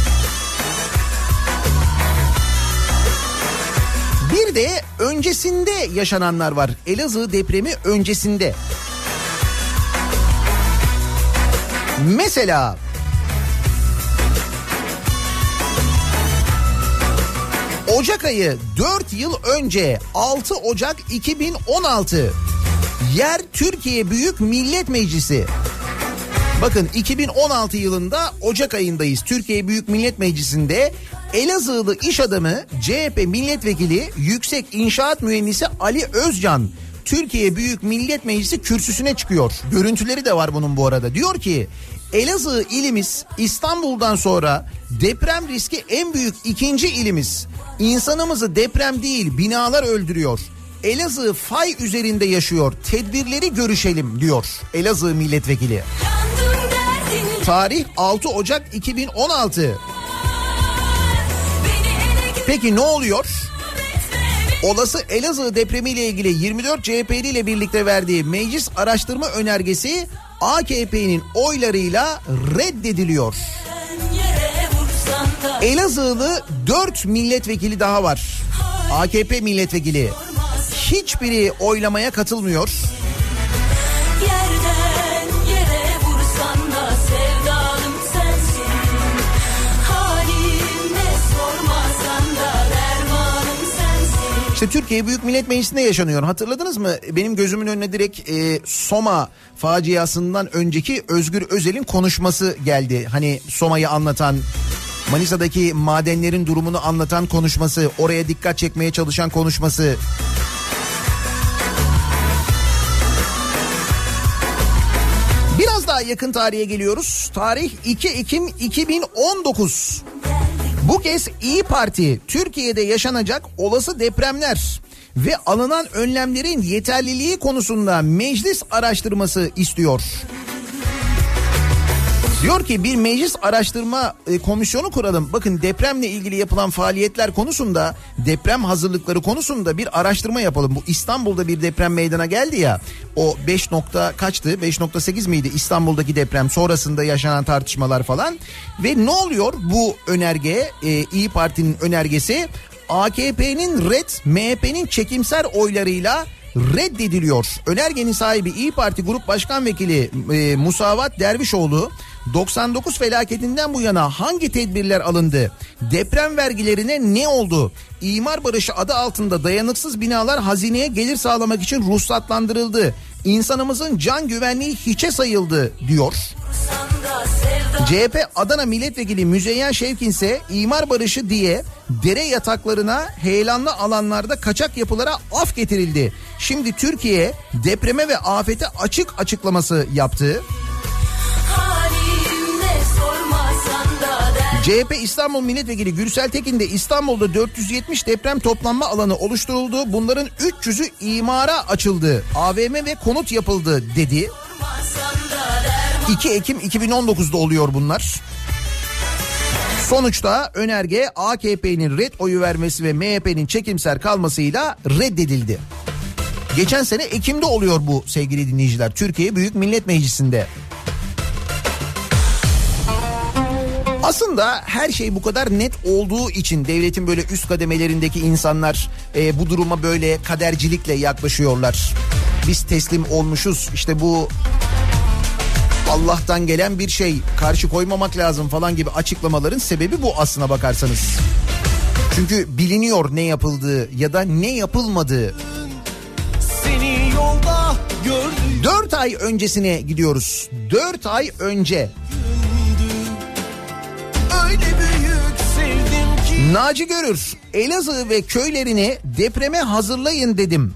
Bir de öncesinde yaşananlar var. Elazığ depremi öncesinde. Mesela Ocak ayı dört yıl önce altı Ocak iki bin on altı Yer Türkiye Büyük Millet Meclisi. Bakın iki bin on altı yılında Ocak ayındayız. Türkiye Büyük Millet Meclisi'nde Elazığlı iş adamı C H P milletvekili Yüksek İnşaat Mühendisi Ali Özcan Türkiye Büyük Millet Meclisi kürsüsüne çıkıyor. Görüntüleri de var bunun bu arada. Diyor ki Elazığ ilimiz İstanbul'dan sonra deprem riski en büyük ikinci ilimiz. İnsanımızı deprem değil binalar öldürüyor. Elazığ fay üzerinde yaşıyor. Tedbirleri görüşelim diyor Elazığ milletvekili. Tarih altı Ocak iki bin on altı. Peki ne oluyor? Olası Elazığ depremiyle ilgili yirmi dört C H P'li ile birlikte verdiği meclis araştırma önergesi A K P'nin oylarıyla reddediliyor. Elazığlı dört milletvekili daha var. A K P milletvekili. Hiçbiri oylamaya katılmıyor. Yerden yere vursan da sevdalım sensin. Halimle sormasan da dermanım sensin. İşte Türkiye Büyük Millet Meclisi'nde yaşanıyor. Hatırladınız mı? Benim gözümün önüne direkt e, Soma faciasından önceki Özgür Özel'in konuşması geldi. Hani Soma'yı anlatan, Manisa'daki madenlerin durumunu anlatan konuşması, oraya dikkat çekmeye çalışan konuşması. Biraz daha yakın tarihe geliyoruz. Tarih iki Ekim iki bin on dokuz. Bu kez İYİ Parti Türkiye'de yaşanacak olası depremler ve alınan önlemlerin yeterliliği konusunda meclis araştırması istiyor. Diyor ki bir meclis araştırma e, komisyonu kuralım. Bakın depremle ilgili yapılan faaliyetler konusunda, deprem hazırlıkları konusunda bir araştırma yapalım. Bu İstanbul'da bir deprem meydana geldi ya. O beş nokta kaçtı? beş nokta sekiz miydi İstanbul'daki deprem sonrasında yaşanan tartışmalar falan. Ve ne oluyor bu önerge, e, İYİ Parti'nin önergesi A K P'nin red, M H P'nin çekimser oylarıyla reddediliyor. Önergenin sahibi İYİ Parti Grup Başkan Vekili e, Musavat Dervişoğlu, doksan dokuz felaketinden bu yana hangi tedbirler alındı? Deprem vergilerine ne oldu? İmar barışı adı altında dayanıksız binalar hazineye gelir sağlamak için ruhsatlandırıldı. İnsanımızın can güvenliği hiçe sayıldı diyor. C H P Adana Milletvekili Müzeyyen Şevkin ise imar barışı diye dere yataklarına, heyelanlı alanlarda kaçak yapılara af getirildi. Şimdi Türkiye depreme ve afete açık açıklaması yaptı. C H P İstanbul Milletvekili Gürsel Tekin de İstanbul'da dört yüz yetmiş deprem toplanma alanı oluşturuldu. Bunların üç yüzü imara açıldı. A V M ve konut yapıldı dedi. iki Ekim iki bin on dokuzda oluyor bunlar. Sonuçta önerge A K P'nin red oyu vermesi ve M H P'nin çekimser kalmasıyla reddedildi. Geçen sene Ekim'de oluyor bu sevgili dinleyiciler. Türkiye Büyük Millet Meclisi'nde. Aslında her şey bu kadar net olduğu için devletin böyle üst kademelerindeki insanlar e, bu duruma böyle kadercilikle yaklaşıyorlar. Biz teslim olmuşuz, işte bu Allah'tan gelen bir şey, karşı koymamak lazım falan gibi açıklamaların sebebi bu aslına bakarsanız. Çünkü biliniyor ne yapıldığı ya da ne yapılmadığı. Seni yolda gördüm. Dört ay öncesine gidiyoruz. Dört ay önce. Öyle büyük sevdim ki. Naci Görür, Elazığ ve köylerini depreme hazırlayın dedim.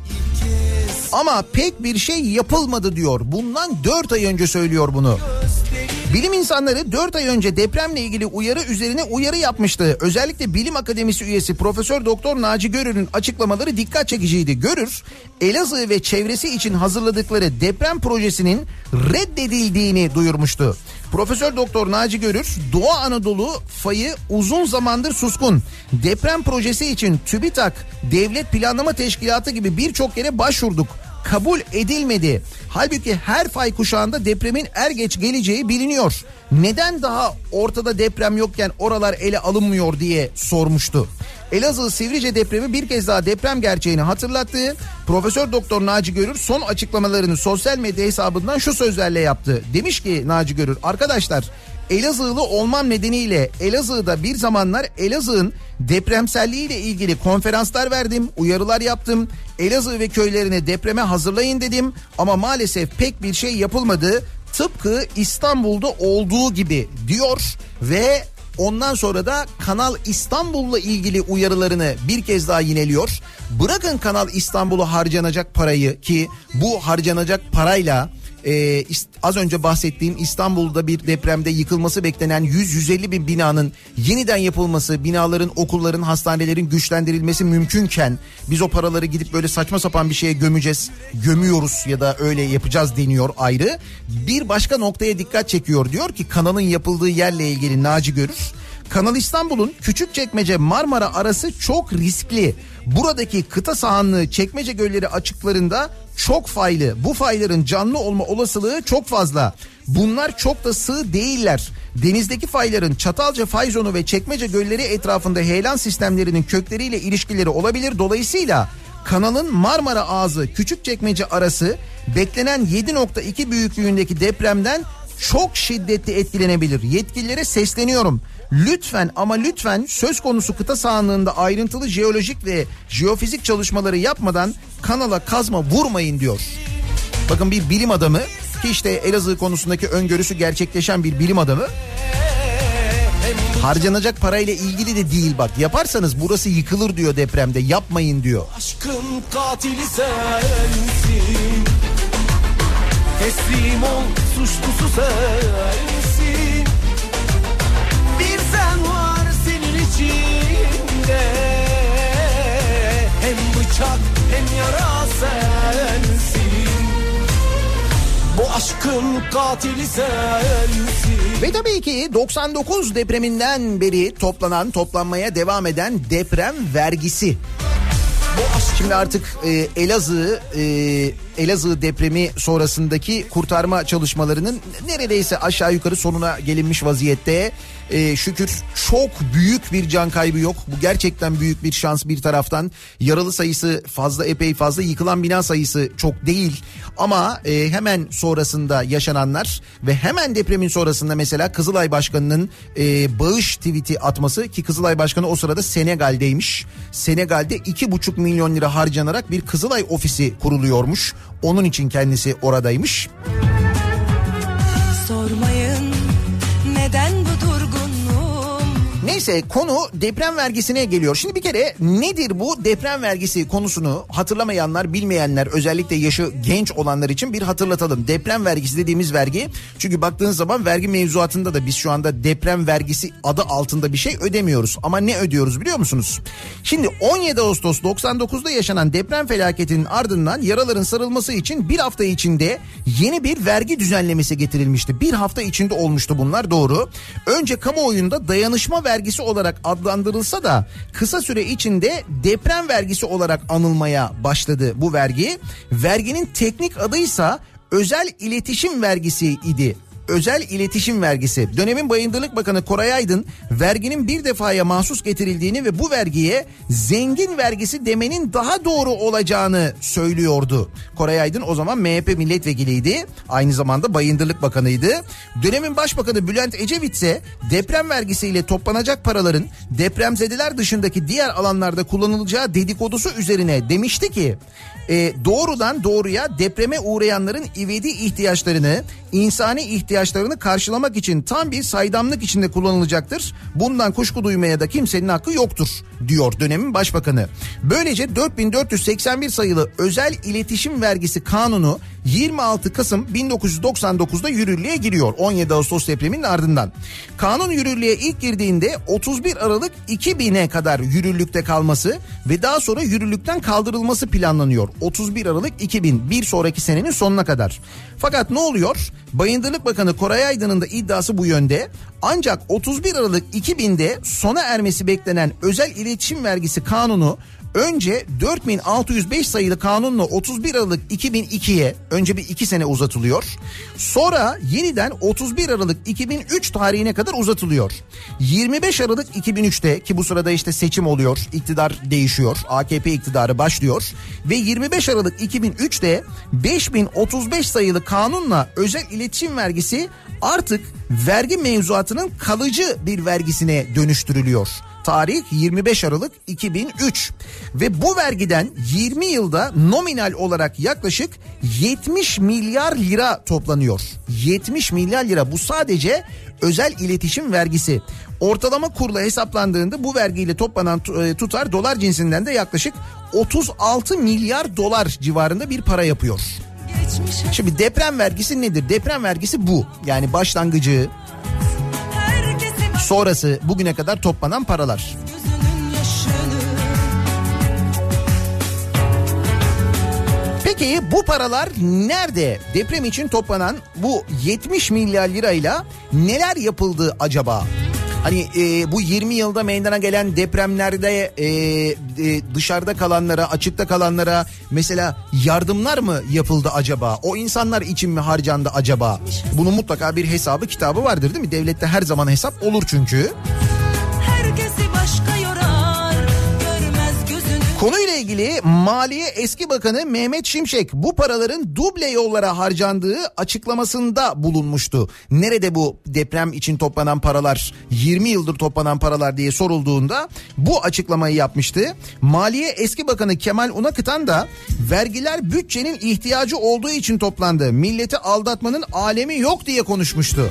Ama pek bir şey yapılmadı diyor. Bundan dört ay önce söylüyor bunu. Bilim insanları dört ay önce depremle ilgili uyarı üzerine uyarı yapmıştı. Özellikle Bilim Akademisi üyesi Profesör Doktor Naci Görür'ün açıklamaları dikkat çekiciydi. Görür, Elazığ ve çevresi için hazırladıkları deprem projesinin reddedildiğini duyurmuştu. Profesör Doktor Naci Görür, Doğu Anadolu fayı uzun zamandır suskun. Deprem projesi için TÜBİTAK, Devlet Planlama Teşkilatı gibi birçok yere başvurduk. Kabul edilmedi. Halbuki her fay kuşağında depremin er geç geleceği biliniyor. Neden daha ortada deprem yokken oralar ele alınmıyor diye sormuştu. Elazığ Sivrice depremi bir kez daha deprem gerçeğini hatırlattı. Profesör Doktor Naci Görür son açıklamalarını sosyal medya hesabından şu sözlerle yaptı. Demiş ki Naci Görür, arkadaşlar Elazığlı olmam nedeniyle Elazığ'da bir zamanlar Elazığ'ın depremselliğiyle ilgili konferanslar verdim, uyarılar yaptım. Elazığ ve köylerine depreme hazırlayın dedim ama maalesef pek bir şey yapılmadı. Tıpkı İstanbul'da olduğu gibi diyor ve ondan sonra da Kanal İstanbul'la ilgili uyarılarını bir kez daha yineliyor. Bırakın Kanal İstanbul'u harcanacak parayı, ki bu harcanacak parayla Ee, az önce bahsettiğim İstanbul'da bir depremde yıkılması beklenen yüz yüz elli bin binanın yeniden yapılması, binaların, okulların, hastanelerin güçlendirilmesi mümkünken biz o paraları gidip böyle saçma sapan bir şeye gömeceğiz, gömüyoruz ya da öyle yapacağız deniyor ayrı. Bir başka noktaya dikkat çekiyor, diyor ki kanalın yapıldığı yerle ilgili Naci Görür. Kanal İstanbul'un Küçükçekmece Marmara arası çok riskli. Buradaki kıta sahanlığı Çekmece Gölleri açıklarında çok faylı. Bu fayların canlı olma olasılığı çok fazla. Bunlar çok da sığ değiller. Denizdeki fayların Çatalca fay zonu ve Çekmece Gölleri etrafında heyelan sistemlerinin kökleriyle ilişkileri olabilir. Dolayısıyla kanalın Marmara Ağzı Küçükçekmece arası beklenen yedi nokta iki büyüklüğündeki depremden çok şiddetli etkilenebilir. Yetkililere sesleniyorum. Lütfen ama lütfen söz konusu kıta sahanlığında ayrıntılı jeolojik ve jeofizik çalışmaları yapmadan kanala kazma vurmayın diyor. Bakın bir bilim adamı, ki işte Elazığ konusundaki öngörüsü gerçekleşen bir bilim adamı. Harcanacak parayla ilgili de değil bak. Yaparsanız burası yıkılır diyor depremde. Yapmayın diyor. Aşkın katili sensin. Teslim ol, suçlusu sensin. Bir sen var senin içinde. Hem bıçak hem yara sensin. Bu aşkın katili sensin. Ve tabii ki doksan dokuz depreminden beri toplanan, toplanmaya devam eden deprem vergisi. Şimdi artık e, Elazığ e, Elazığ depremi sonrasındaki kurtarma çalışmalarının neredeyse aşağı yukarı sonuna gelinmiş vaziyette. E, şükür çok büyük bir can kaybı yok. Bu gerçekten büyük bir şans bir taraftan. Yaralı sayısı fazla, epey fazla. Yıkılan bina sayısı çok değil. Ama e, hemen sonrasında yaşananlar ve hemen depremin sonrasında mesela Kızılay Başkanı'nın e, bağış tweet'i atması, ki Kızılay Başkanı o sırada Senegal'deymiş. Senegal'de iki buçuk milyon lira harcanarak bir Kızılay ofisi kuruluyormuş. Onun için kendisi oradaymış. Sormayın neden bu durgunluğum. Neyse, konu deprem vergisine geliyor. Şimdi bir kere nedir bu deprem vergisi konusunu hatırlamayanlar, bilmeyenler, özellikle yaşı genç olanlar için bir hatırlatalım. Deprem vergisi dediğimiz vergi, çünkü baktığınız zaman vergi mevzuatında da biz şu anda deprem vergisi adı altında bir şey ödemiyoruz. Ama ne ödüyoruz biliyor musunuz? Şimdi on yedi Ağustos doksan dokuzda yaşanan deprem felaketinin ardından yaraların sarılması için bir hafta içinde yeni bir vergi düzenlemesi getirilmişti. Bir hafta içinde olmuştu bunlar, doğru. Önce kamuoyunda dayanışma vergisi olarak adlandırılsa da kısa süre içinde deprem vergisi olarak anılmaya başladı bu vergi. Verginin teknik adıysa özel iletişim vergisi idi. Özel iletişim vergisi. Dönemin Bayındırlık Bakanı Koray Aydın verginin bir defaya mahsus getirildiğini ve bu vergiye zengin vergisi demenin daha doğru olacağını söylüyordu. Koray Aydın o zaman M H P milletvekiliydi. Aynı zamanda Bayındırlık Bakanıydı. Dönemin Başbakanı Bülent Ecevit ise deprem vergisiyle toplanacak paraların depremzedeler dışındaki diğer alanlarda kullanılacağı dedikodusu üzerine demişti ki e, doğrudan doğruya depreme uğrayanların ivedi ihtiyaçlarını, insani ihtiyaçlarını karşılamak için tam bir saydamlık içinde kullanılacaktır. Bundan kuşku duymaya da kimsenin hakkı yoktur diyor dönemin başbakanı. Böylece dört bin dört yüz seksen bir sayılı özel iletişim vergisi kanunu yirmi altı Kasım bin dokuz yüz doksan dokuzda yürürlüğe giriyor, on yedi Ağustos depreminin ardından. Kanun yürürlüğe ilk girdiğinde otuz bir Aralık iki bine kadar yürürlükte kalması ve daha sonra yürürlükten kaldırılması planlanıyor. otuz bir Aralık iki bin, bir sonraki senenin sonuna kadar. Fakat ne oluyor? Bayındırlık Bakanı Koray Aydın'ın da iddiası bu yönde. Ancak otuz bir Aralık iki binde sona ermesi beklenen özel iletişim vergisi kanunu önce dört bin altı yüz beş sayılı kanunla otuz bir Aralık iki bin ikiye önce bir iki sene uzatılıyor. Sonra yeniden otuz bir Aralık iki bin üç tarihine kadar uzatılıyor. yirmi beş Aralık iki bin üçte, ki bu sırada işte seçim oluyor, iktidar değişiyor, A K P iktidarı başlıyor ve yirmi beş Aralık iki bin üçte beş bin otuz beş sayılı kanunla özel iletişim vergisi artık vergi mevzuatının kalıcı bir vergisine dönüştürülüyor. Tarih yirmi beş Aralık iki bin üç ve bu vergiden yirmi yılda nominal olarak yaklaşık yetmiş milyar lira toplanıyor. yetmiş milyar lira, bu sadece özel iletişim vergisi. Ortalama kurla hesaplandığında bu vergiyle toplanan tutar dolar cinsinden de yaklaşık otuz altı milyar dolar civarında bir para yapıyor. Şimdi deprem vergisi nedir? Deprem vergisi bu. Yani başlangıcı, sonrası, bugüne kadar toplanan paralar. Peki bu paralar nerede? Deprem için toplanan bu yetmiş milyar lirayla neler yapıldı acaba? Hani e, bu yirmi yılda meydana gelen depremlerde e, e, dışarıda kalanlara, açıkta kalanlara mesela yardımlar mı yapıldı acaba? O insanlar için mi harcandı acaba? Bunun mutlaka bir hesabı kitabı vardır, değil mi? Devlette her zaman hesap olur çünkü. Herkesi başka yorar, görmez gözünü. Konuyla ilgili Maliye Eski Bakanı Mehmet Şimşek bu paraların duble yollara harcandığı açıklamasında bulunmuştu. Nerede bu deprem için toplanan paralar, yirmi yıldır toplanan paralar diye sorulduğunda bu açıklamayı yapmıştı. Maliye Eski Bakanı Kemal Unakıtan da vergiler bütçenin ihtiyacı olduğu için toplandı, milleti aldatmanın alemi yok diye konuşmuştu.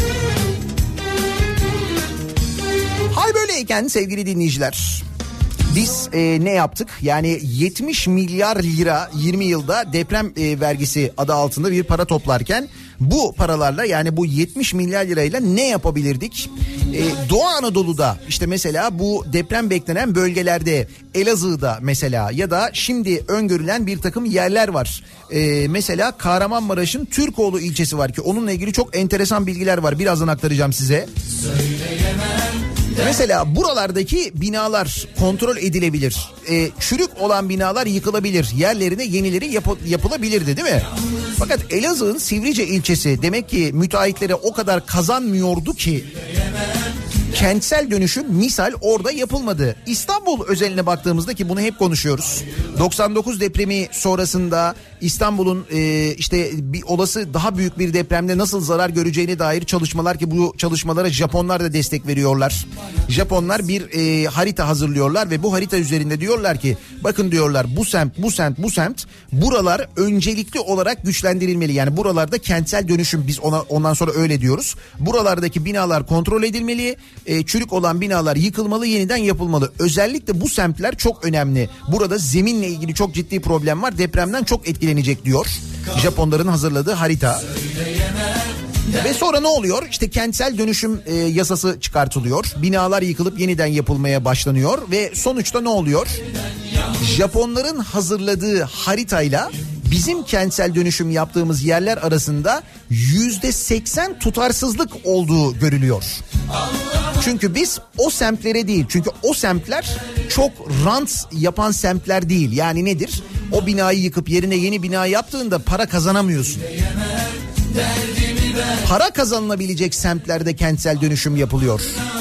Sevgili dinleyiciler, Biz e, ne yaptık? Yani yetmiş milyar lira yirmi yılda deprem e, vergisi adı altında bir para toplarken bu paralarla, yani bu yetmiş milyar lirayla ne yapabilirdik? Ee, Doğu Anadolu'da işte mesela bu deprem beklenen bölgelerde, Elazığ'da mesela, ya da şimdi öngörülen bir takım yerler var. Ee, mesela Kahramanmaraş'ın Türkoğlu ilçesi var ki onunla ilgili çok enteresan bilgiler var. Birazdan aktaracağım size. Mesela buralardaki binalar kontrol edilebilir. Ee, çürük olan binalar yıkılabilir. Yerlerine yenileri yap- yapılabilirdi değil mi? Fakat Elazığ'ın Sivrice ilçesi demek ki müteahhitlere o kadar kazanmıyordu ki kentsel dönüşüm misal orada yapılmadı. İstanbul özeline baktığımızda, ki bunu hep konuşuyoruz, doksan dokuz depremi sonrasında İstanbul'un e, işte bir olası daha büyük bir depremde nasıl zarar göreceğine dair çalışmalar, ki bu çalışmalara Japonlar da destek veriyorlar. Japonlar bir e, harita hazırlıyorlar ve bu harita üzerinde diyorlar ki bakın diyorlar, bu semt bu semt bu semt buralar öncelikli olarak güçlendirilmeli. Yani buralarda kentsel dönüşüm, biz ona ondan sonra öyle diyoruz. Buralardaki binalar kontrol edilmeli. E, çürük olan binalar yıkılmalı, yeniden yapılmalı. Özellikle bu semtler çok önemli. Burada zeminle ilgili çok ciddi problem var. Depremden çok etkilenecek diyor Japonların hazırladığı harita. Ve sonra ne oluyor? İşte kentsel dönüşüm e, yasası çıkartılıyor. Binalar yıkılıp yeniden yapılmaya başlanıyor ve sonuçta ne oluyor? Japonların hazırladığı haritayla bizim kentsel dönüşüm yaptığımız yerler arasında yüzde seksen tutarsızlık olduğu görülüyor. Çünkü biz o semtlere değil, çünkü o semtler çok rant yapan semtler değil. Yani nedir? O binayı yıkıp yerine yeni bina yaptığında para kazanamıyorsun. Para kazanılabilecek semtlerde kentsel dönüşüm yapılıyor.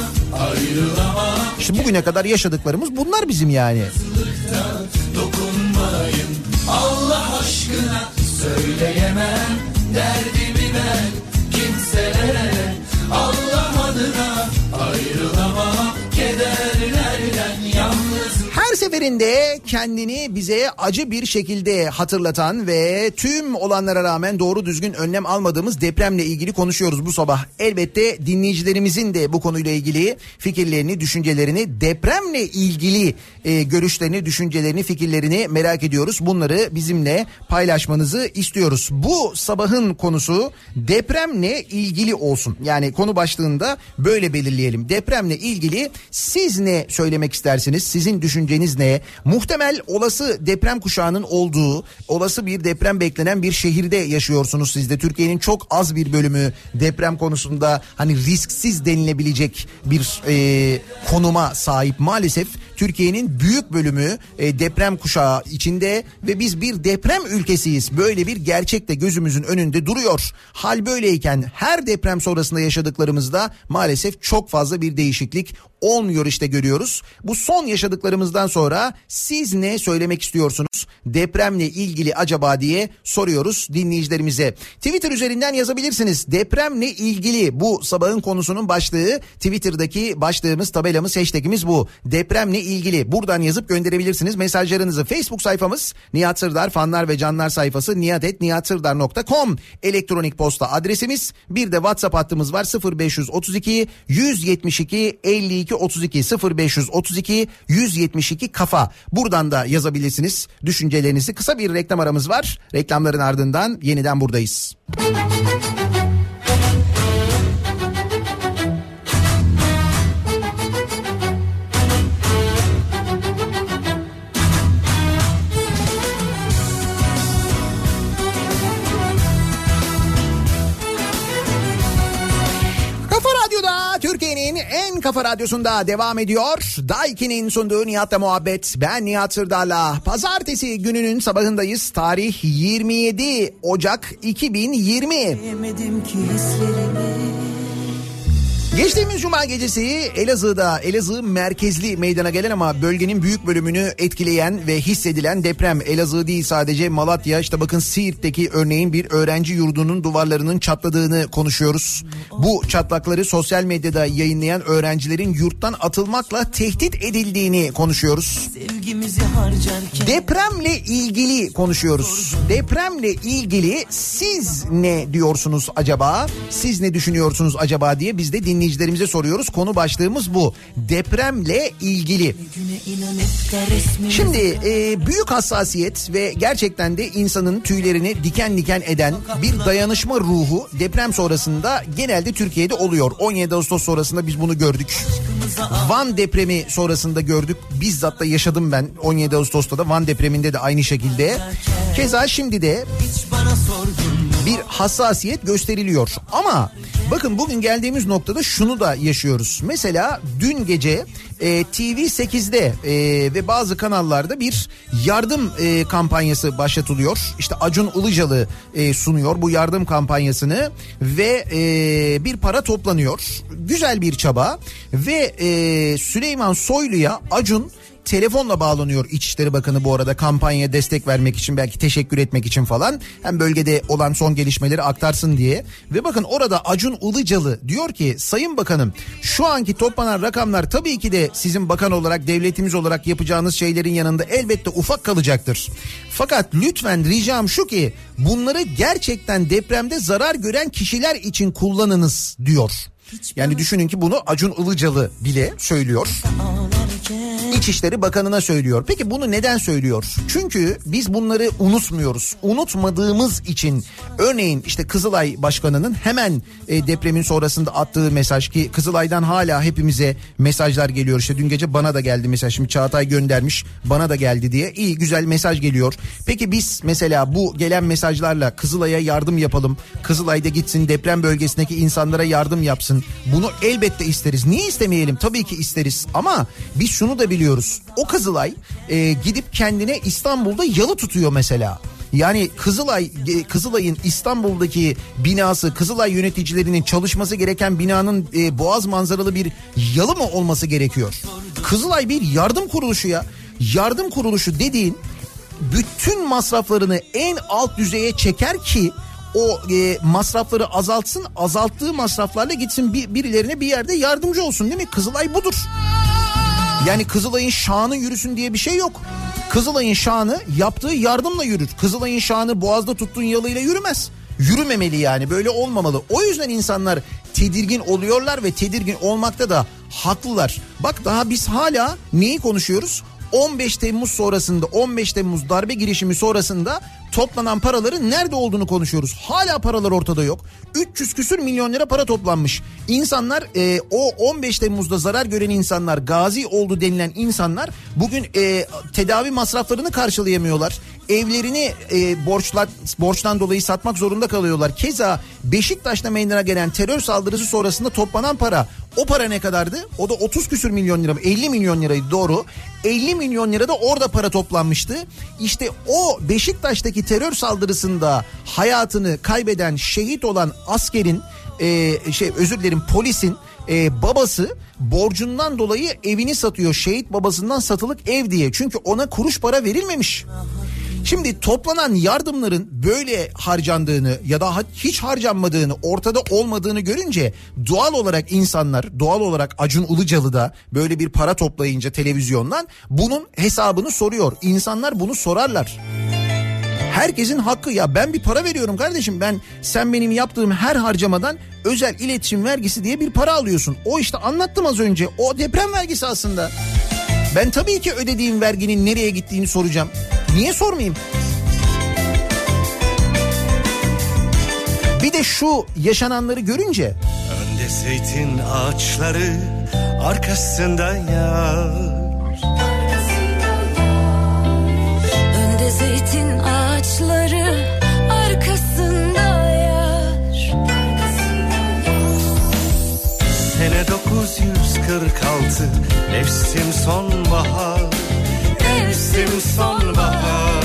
İşte bugüne kadar yaşadıklarımız bunlar bizim yani. Dokunmayın Allah aşkına, söyleyemem derdimi ben kimselere. Allah adına ayrılamam kederlerden yalnız. Her seferinde kendini bize acı bir şekilde hatırlatan ve tüm olanlara rağmen doğru düzgün önlem almadığımız depremle ilgili konuşuyoruz bu sabah. Elbette dinleyicilerimizin de bu konuyla ilgili fikirlerini, düşüncelerini, depremle ilgili e, görüşlerini, düşüncelerini, fikirlerini merak ediyoruz. Bunları bizimle paylaşmanızı istiyoruz. Bu sabahın konusu depremle ilgili olsun. Yani konu başlığında böyle belirleyelim. Depremle ilgili siz ne söylemek istersiniz? Sizin düşünceniz ne? Muhtemel olası deprem kuşağının olduğu, olası bir deprem beklenen bir şehirde yaşıyorsunuz siz de. Türkiye'nin çok az bir bölümü deprem konusunda hani risksiz denilebilecek bir e, konuma sahip. Maalesef Türkiye'nin büyük bölümü e, deprem kuşağı içinde ve biz bir deprem ülkesiyiz. Böyle bir gerçek de gözümüzün önünde duruyor. Hal böyleyken her deprem sonrasında yaşadıklarımızda maalesef çok fazla bir değişiklik olmuyor, işte görüyoruz. Bu son yaşadıklarımızdan sonra siz ne söylemek istiyorsunuz? Depremle ilgili acaba diye soruyoruz dinleyicilerimize. Twitter üzerinden yazabilirsiniz. Depremle ilgili bu sabahın konusunun başlığı. Twitter'daki başlığımız, tabelamız, hashtagimiz bu. Depremle ilgili. Buradan yazıp gönderebilirsiniz mesajlarınızı. Facebook sayfamız Nihat Sırdar fanlar ve canlar sayfası nihat et nihat sırdar nokta com. Elektronik posta adresimiz. Bir de WhatsApp hattımız var. sıfır beş otuz iki yüz yetmiş iki elli iki otuz iki sıfır beş otuz iki yüz yetmiş iki kafa. Buradan da yazabilirsiniz düşüncelerinizi. Kısa bir reklam aramız var. Reklamların ardından yeniden buradayız. Türkiye'nin en kafa radyosunda devam ediyor. Daiki'nin sunduğu Nihat'la muhabbet. Ben Nihat Sırdar'la. Pazartesi gününün sabahındayız. Tarih yirmi yedi Ocak iki bin yirmi. Geçtiğimiz cuma gecesi Elazığ'da, Elazığ merkezli meydana gelen ama bölgenin büyük bölümünü etkileyen ve hissedilen deprem. Elazığ değil sadece, Malatya, işte bakın Siirt'teki örneğin bir öğrenci yurdunun duvarlarının çatladığını konuşuyoruz. Bu çatlakları sosyal medyada yayınlayan öğrencilerin yurttan atılmakla tehdit edildiğini konuşuyoruz. Depremle ilgili konuşuyoruz. Depremle ilgili siz ne diyorsunuz acaba? Siz ne düşünüyorsunuz acaba diye biz de dinliyoruz. dinleyicilerimize soruyoruz. Konu başlığımız bu. Depremle ilgili. Şimdi e, büyük hassasiyet ve gerçekten de insanın tüylerini diken diken eden bir dayanışma ruhu deprem sonrasında genelde Türkiye'de oluyor. on yedi Ağustos sonrasında biz bunu gördük. Van depremi sonrasında gördük. Bizzat da yaşadım ben on yedi Ağustos'ta da, Van depreminde de aynı şekilde. Keza şimdi de bir hassasiyet gösteriliyor. Ama bakın bugün geldiğimiz noktada şunu da yaşıyoruz. Mesela dün gece e, T V sekizde e, ve bazı kanallarda bir yardım e, kampanyası başlatılıyor. İşte Acun Ilıcalı e, sunuyor bu yardım kampanyasını ve e, bir para toplanıyor. Güzel bir çaba ve e, Süleyman Soylu'ya Acun telefonla bağlanıyor, İçişleri Bakanı bu arada kampanyaya destek vermek için, belki teşekkür etmek için falan, hem bölgede olan son gelişmeleri aktarsın diye. Ve bakın orada Acun Ilıcalı diyor ki Sayın Bakanım, şu anki toplanan rakamlar tabii ki de sizin bakan olarak, devletimiz olarak yapacağınız şeylerin yanında elbette ufak kalacaktır. Fakat lütfen ricam şu ki bunları gerçekten depremde zarar gören kişiler için kullanınız diyor. Yani düşünün ki bunu Acun Ilıcalı bile söylüyor. İçişleri Bakanı'na söylüyor. Peki bunu neden söylüyor? Çünkü biz bunları unutmuyoruz. Unutmadığımız için, örneğin işte Kızılay Başkanı'nın hemen e, depremin sonrasında attığı mesaj, ki Kızılay'dan hala hepimize mesajlar geliyor. İşte dün gece bana da geldi mesaj. Şimdi Çağatay göndermiş, bana da geldi diye. İyi, güzel mesaj geliyor. Peki biz mesela bu gelen mesajlarla Kızılay'a yardım yapalım. Kızılay'da gitsin, deprem bölgesindeki insanlara yardım yapsın. Bunu elbette isteriz. Niye istemeyelim? Tabii ki isteriz. Ama biz şunu da biliyoruz. O Kızılay e, gidip kendine İstanbul'da yalı tutuyor mesela. Yani Kızılay Kızılay'ın İstanbul'daki binası, Kızılay yöneticilerinin çalışması gereken binanın e, boğaz manzaralı bir yalı mı olması gerekiyor? Kızılay bir yardım kuruluşu ya. Yardım kuruluşu dediğin bütün masraflarını en alt düzeye çeker ki o e, masrafları azaltsın, azalttığı masraflarla gitsin bir, birilerine bir yerde yardımcı olsun, değil mi? Kızılay budur. Yani Kızılay'ın şanı yürüsün diye bir şey yok. Kızılay'ın şanı yaptığı yardımla yürür. Kızılay'ın şanı boğazda tuttuğun yalıyla yürümez. Yürümemeli yani, böyle olmamalı. O yüzden insanlar tedirgin oluyorlar ve tedirgin olmakta da haklılar. Bak daha biz hala neyi konuşuyoruz? on beş Temmuz sonrasında, on beş Temmuz darbe girişimi sonrasında toplanan paraların nerede olduğunu konuşuyoruz. Hala paralar ortada yok. üç yüz küsür milyon lira para toplanmış. İnsanlar e, o on beş Temmuz'da zarar gören insanlar, gazi oldu denilen insanlar bugün e, tedavi masraflarını karşılayamıyorlar. Evlerini e, borçlar, borçtan dolayı satmak zorunda kalıyorlar. Keza Beşiktaş'ta meydana gelen terör saldırısı sonrasında toplanan para, o para ne kadardı? O da otuz küsür milyon lira, elli milyon liraydı, doğru. elli milyon lira da orada para toplanmıştı. İşte o Beşiktaş'taki terör saldırısında hayatını kaybeden, şehit olan askerin, e, şey özür dilerim polisin e, babası borcundan dolayı evini satıyor. Şehit babasından satılık ev diye. Çünkü ona kuruş para verilmemiş. Şimdi toplanan yardımların böyle harcandığını ya da hiç harcanmadığını, ortada olmadığını görünce doğal olarak insanlar, doğal olarak Acun Ilıcalı da böyle bir para toplayınca televizyondan bunun hesabını soruyor. İnsanlar bunu sorarlar. Herkesin hakkı, ya ben bir para veriyorum kardeşim, ben sen benim yaptığım her harcamadan özel iletişim vergisi diye bir para alıyorsun. O işte anlattım az önce, o deprem vergisi aslında. Ben tabii ki ödediğim verginin nereye gittiğini soracağım. Niye sormayayım? Bir de şu yaşananları görünce. Önde zeytin ağaçları, arkasında yar. Önde zeytin ağaçları, arkasında yar. Sene dokuz yüz kırk altı, mevsim sonbahar. Mevsim sonbahar.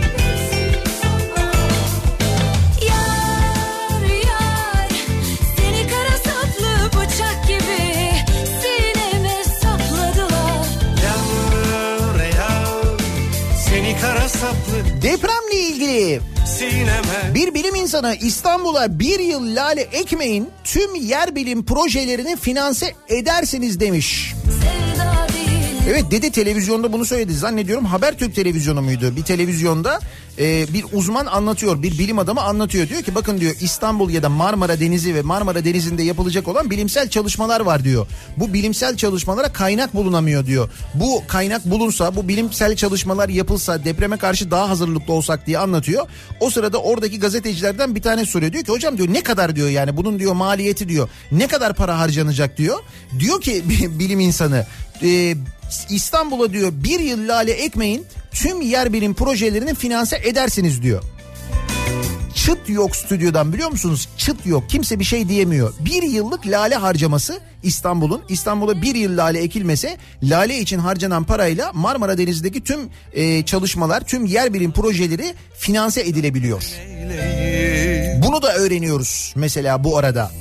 Yar yar, seni kara saplı bıçak gibi sineme sapladılar. Yar yar, seni kara saplı Depremle ilgili sineme. bir bilim insanı İstanbul'a bir yıl lale ekmeyin, tüm yer bilim projelerini finanse edersiniz demiş. Sevda değil Evet, Dede televizyonda bunu söyledi. Zannediyorum Habertürk televizyonu muydu? Bir televizyonda e, bir uzman anlatıyor, bir bilim adamı anlatıyor. Diyor ki bakın diyor, İstanbul ya da Marmara Denizi ve Marmara Denizi'nde yapılacak olan bilimsel çalışmalar var diyor. Bu bilimsel çalışmalara kaynak bulunamıyor diyor. Bu kaynak bulunsa, bu bilimsel çalışmalar yapılsa, depreme karşı daha hazırlıklı olsak diye anlatıyor. O sırada oradaki gazetecilerden bir tane soruyor. Diyor ki hocam diyor, ne kadar diyor, yani bunun diyor maliyeti diyor, ne kadar para harcanacak diyor. Diyor ki bilim insanı, e, İstanbul'a diyor bir yıl lale ekmeyin, tüm yer bilim projelerini finanse edersiniz diyor. Çıt yok stüdyodan, biliyor musunuz? Çıt yok, kimse bir şey diyemiyor. Bir yıllık lale harcaması İstanbul'un, İstanbul'a bir yıl lale ekilmese lale için harcanan parayla Marmara Denizi'ndeki tüm e, çalışmalar, tüm yer bilim projeleri finanse edilebiliyor. Bunu da öğreniyoruz mesela bu arada.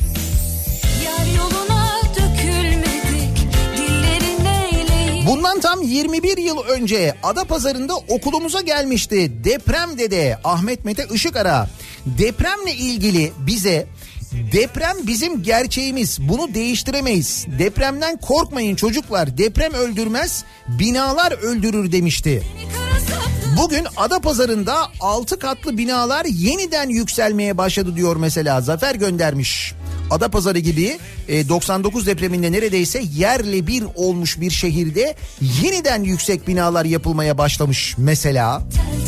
Bundan tam yirmi bir yıl önce Adapazarı'nda okulumuza gelmişti deprem dede Ahmet Mete Işıkara. Depremle ilgili bize deprem bizim gerçeğimiz, bunu değiştiremeyiz. Depremden korkmayın çocuklar, deprem öldürmez, binalar öldürür demişti. Bugün Adapazarı'nda altı katlı binalar yeniden yükselmeye başladı diyor mesela, Zafer göndermiş. Adapazarı gibi doksan dokuz depreminde neredeyse yerle bir olmuş bir şehirde yeniden yüksek binalar yapılmaya başlamış mesela.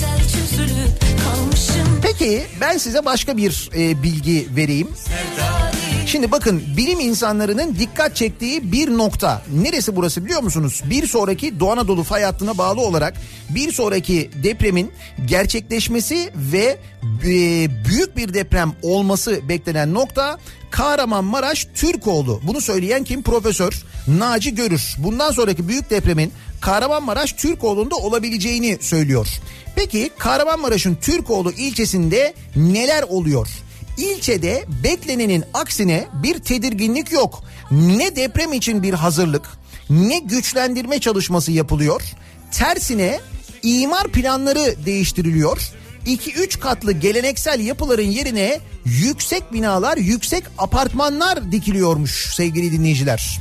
Peki ben size başka bir e, bilgi vereyim. Şimdi bakın, bilim insanlarının dikkat çektiği bir nokta. Neresi burası biliyor musunuz? Bir sonraki Doğu Anadolu fay hattına bağlı olarak bir sonraki depremin gerçekleşmesi ve e, büyük bir deprem olması beklenen nokta Kahramanmaraş Türkoğlu. Bunu söyleyen kim? Profesör Naci Görür. Bundan sonraki büyük depremin Kahramanmaraş Türkoğlu'nda olabileceğini söylüyor. Peki Kahramanmaraş'ın Türkoğlu ilçesinde neler oluyor? İlçede beklenenin aksine bir tedirginlik yok. Ne deprem için bir hazırlık, ne güçlendirme çalışması yapılıyor. Tersine imar planları değiştiriliyor. iki üç katlı geleneksel yapıların yerine yüksek binalar, yüksek apartmanlar dikiliyormuş sevgili dinleyiciler.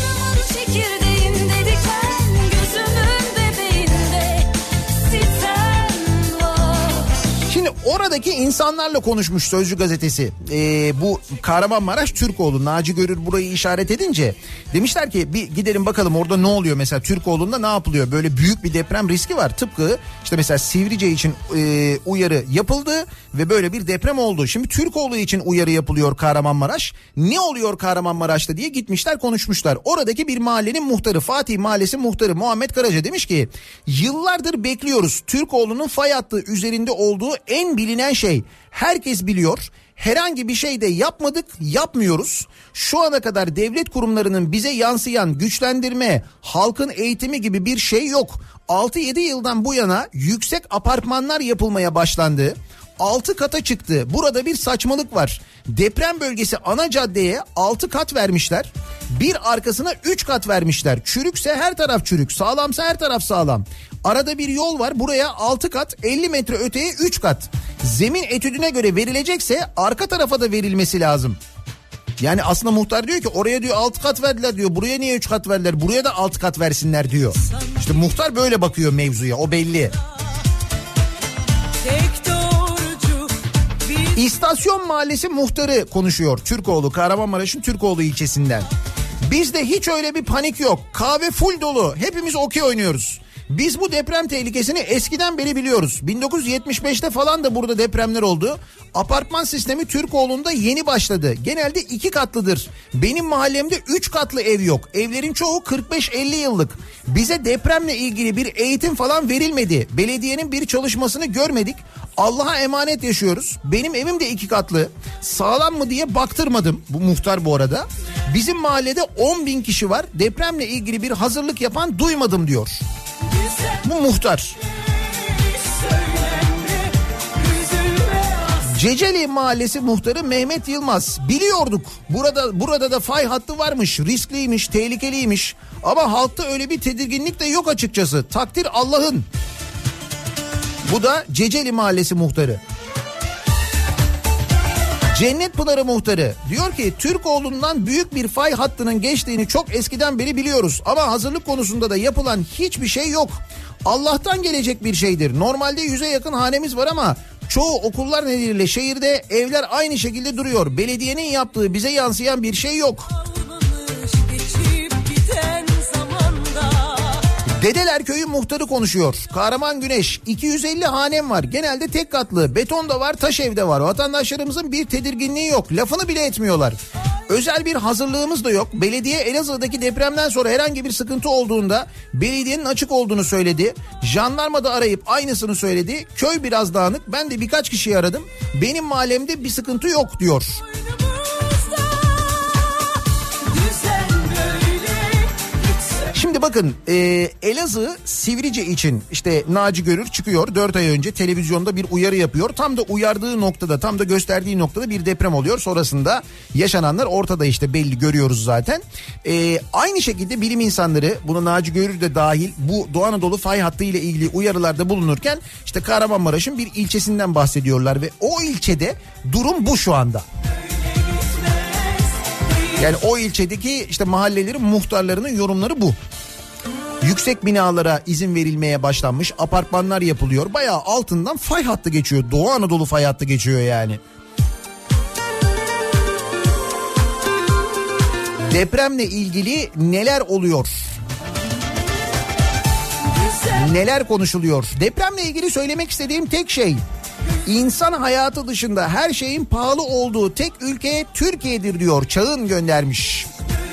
Şimdi oradaki insanlarla konuşmuş Sözcü gazetesi. Ee, bu Kahramanmaraş Türkoğlu, Naci Görür burayı işaret edince demişler ki bir gidelim bakalım orada ne oluyor, mesela Türkoğlu'nda ne yapılıyor? Böyle büyük bir deprem riski var. Tıpkı işte mesela Sivrice için e, uyarı yapıldı ve böyle bir deprem oldu. Şimdi Türkoğlu için uyarı yapılıyor Kahramanmaraş. Ne oluyor Kahramanmaraş'ta diye gitmişler, konuşmuşlar. Oradaki bir mahallenin muhtarı, Fatih Mahallesi muhtarı Muhammed Karaca demiş ki yıllardır bekliyoruz. Türkoğlu'nun fay hattı üzerinde olduğu en bilinen şey, herkes biliyor. Herhangi bir şey de yapmadık, yapmıyoruz. Şu ana kadar devlet kurumlarının bize yansıyan güçlendirme, halkın eğitimi gibi bir şey yok. altı yedi yıldan bu yana yüksek apartmanlar yapılmaya başlandı. altı kata çıktı. Burada bir saçmalık var. Deprem bölgesi ana caddeye altı kat vermişler. Bir arkasına üç kat vermişler. Çürükse her taraf çürük, sağlamsa her taraf sağlam. Arada bir yol var, buraya altı kat, elli metre öteye üç kat. Zemin etüdüne göre verilecekse arka tarafa da verilmesi lazım. Yani aslında muhtar diyor ki oraya diyor altı kat verdiler diyor. Buraya niye üç kat verdiler? Buraya da altı kat versinler diyor. İşte muhtar böyle bakıyor mevzuya, o belli. İstasyon Mahallesi muhtarı konuşuyor. Türkoğlu, Kahramanmaraş'ın Türkoğlu ilçesinden. Bizde hiç öyle bir panik yok. Kahve full dolu. Hepimiz okey oynuyoruz. Biz bu deprem tehlikesini eskiden beri biliyoruz. bin dokuz yüz yetmiş beşte falan da burada depremler oldu. Apartman sistemi Türkoğlu'nda yeni başladı. Genelde iki katlıdır. Benim mahallemde üç katlı ev yok. Evlerin çoğu kırk beş elli yıllık. Bize depremle ilgili bir eğitim falan verilmedi. Belediyenin bir çalışmasını görmedik. Allah'a emanet yaşıyoruz. Benim evim de iki katlı. Sağlam mı diye baktırmadım. Bu muhtar bu arada. Bizim mahallede on bin kişi var. Depremle ilgili bir hazırlık yapan duymadım diyor. Bu muhtar. Ceceli Mahallesi muhtarı Mehmet Yılmaz. Biliyorduk. Burada burada da fay hattı varmış. Riskliymiş, tehlikeliymiş. Ama halkta öyle bir tedirginlik de yok açıkçası. Takdir Allah'ın. Bu da Ceceli Mahallesi muhtarı. Cennet Pınarı muhtarı diyor ki Türkoğlu'ndan büyük bir fay hattının geçtiğini çok eskiden beri biliyoruz. Ama hazırlık konusunda da yapılan hiçbir şey yok. Allah'tan gelecek bir şeydir. Normalde yüze yakın hanemiz var ama çoğu okullar nedeniyle şehirde evler aynı şekilde duruyor. Belediyenin yaptığı bize yansıyan bir şey yok. Dedeler Köyü muhtarı konuşuyor. Kahraman Güneş, iki yüz elli hanem var. Genelde tek katlı. Beton da var, taş evde var. Vatandaşlarımızın bir tedirginliği yok. Lafını bile etmiyorlar. Özel bir hazırlığımız da yok. Belediye Elazığ'daki depremden sonra herhangi bir sıkıntı olduğunda belediyenin açık olduğunu söyledi. Jandarma da arayıp aynısını söyledi. Köy biraz dağınık. Ben de birkaç kişiyi aradım. Benim mahallemde bir sıkıntı yok diyor. Şimdi bakın e, Elazığ Sivrice için işte Naci Görür çıkıyor dört ay önce televizyonda bir uyarı yapıyor. Tam da uyardığı noktada, tam da gösterdiği noktada bir deprem oluyor. Sonrasında yaşananlar ortada, işte belli, görüyoruz zaten. E, aynı şekilde bilim insanları, bunu Naci Görür de dahil, bu Doğu Anadolu fay hattı ile ilgili uyarılarda bulunurken işte Kahramanmaraş'ın bir ilçesinden bahsediyorlar ve o ilçede durum bu şu anda. Yani o ilçedeki işte mahallelerin muhtarlarının yorumları bu. Yüksek binalara izin verilmeye başlanmış, apartmanlar yapılıyor. Bayağı altından fay hattı geçiyor. Doğu Anadolu fay hattı geçiyor yani. Depremle ilgili neler oluyor? Neler konuşuluyor? Depremle ilgili söylemek istediğim tek şey, İnsan hayatı dışında her şeyin pahalı olduğu tek ülke Türkiye'dir diyor. Çağın göndermiş.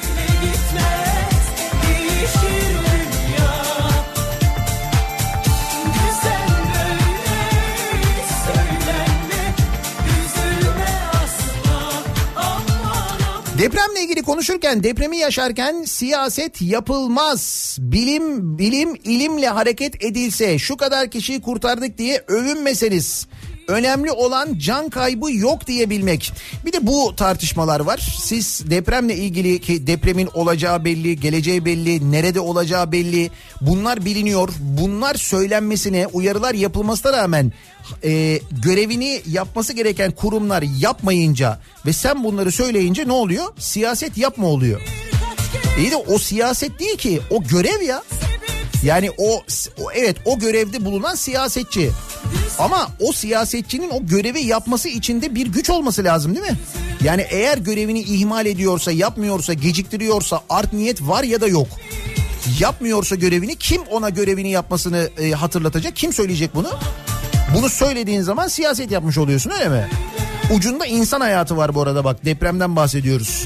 Depremle ilgili konuşurken, depremi yaşarken siyaset yapılmaz. Bilim, bilim, ilimle hareket edilse, şu kadar kişiyi kurtardık diye övünmeseniz. Önemli olan can kaybı yok diyebilmek. Bir de bu tartışmalar var. Siz depremle ilgili, ki depremin olacağı belli, geleceği belli, nerede olacağı belli. Bunlar biliniyor. Bunlar söylenmesine, uyarılar yapılmasına rağmen e, görevini yapması gereken kurumlar yapmayınca ve sen bunları söyleyince ne oluyor? Siyaset yapma oluyor. İyi de o siyaset değil ki, o görev ya. Yani o, o evet o görevde bulunan siyasetçi. Ama o siyasetçinin o görevi yapması için de bir güç olması lazım değil mi? Yani eğer görevini ihmal ediyorsa, yapmıyorsa, geciktiriyorsa, art niyet var ya da yok. Yapmıyorsa görevini, kim ona görevini yapmasını e, hatırlatacak? Kim söyleyecek bunu? Bunu söylediğin zaman siyaset yapmış oluyorsun, öyle mi? Ucunda insan hayatı var bu arada, bak depremden bahsediyoruz.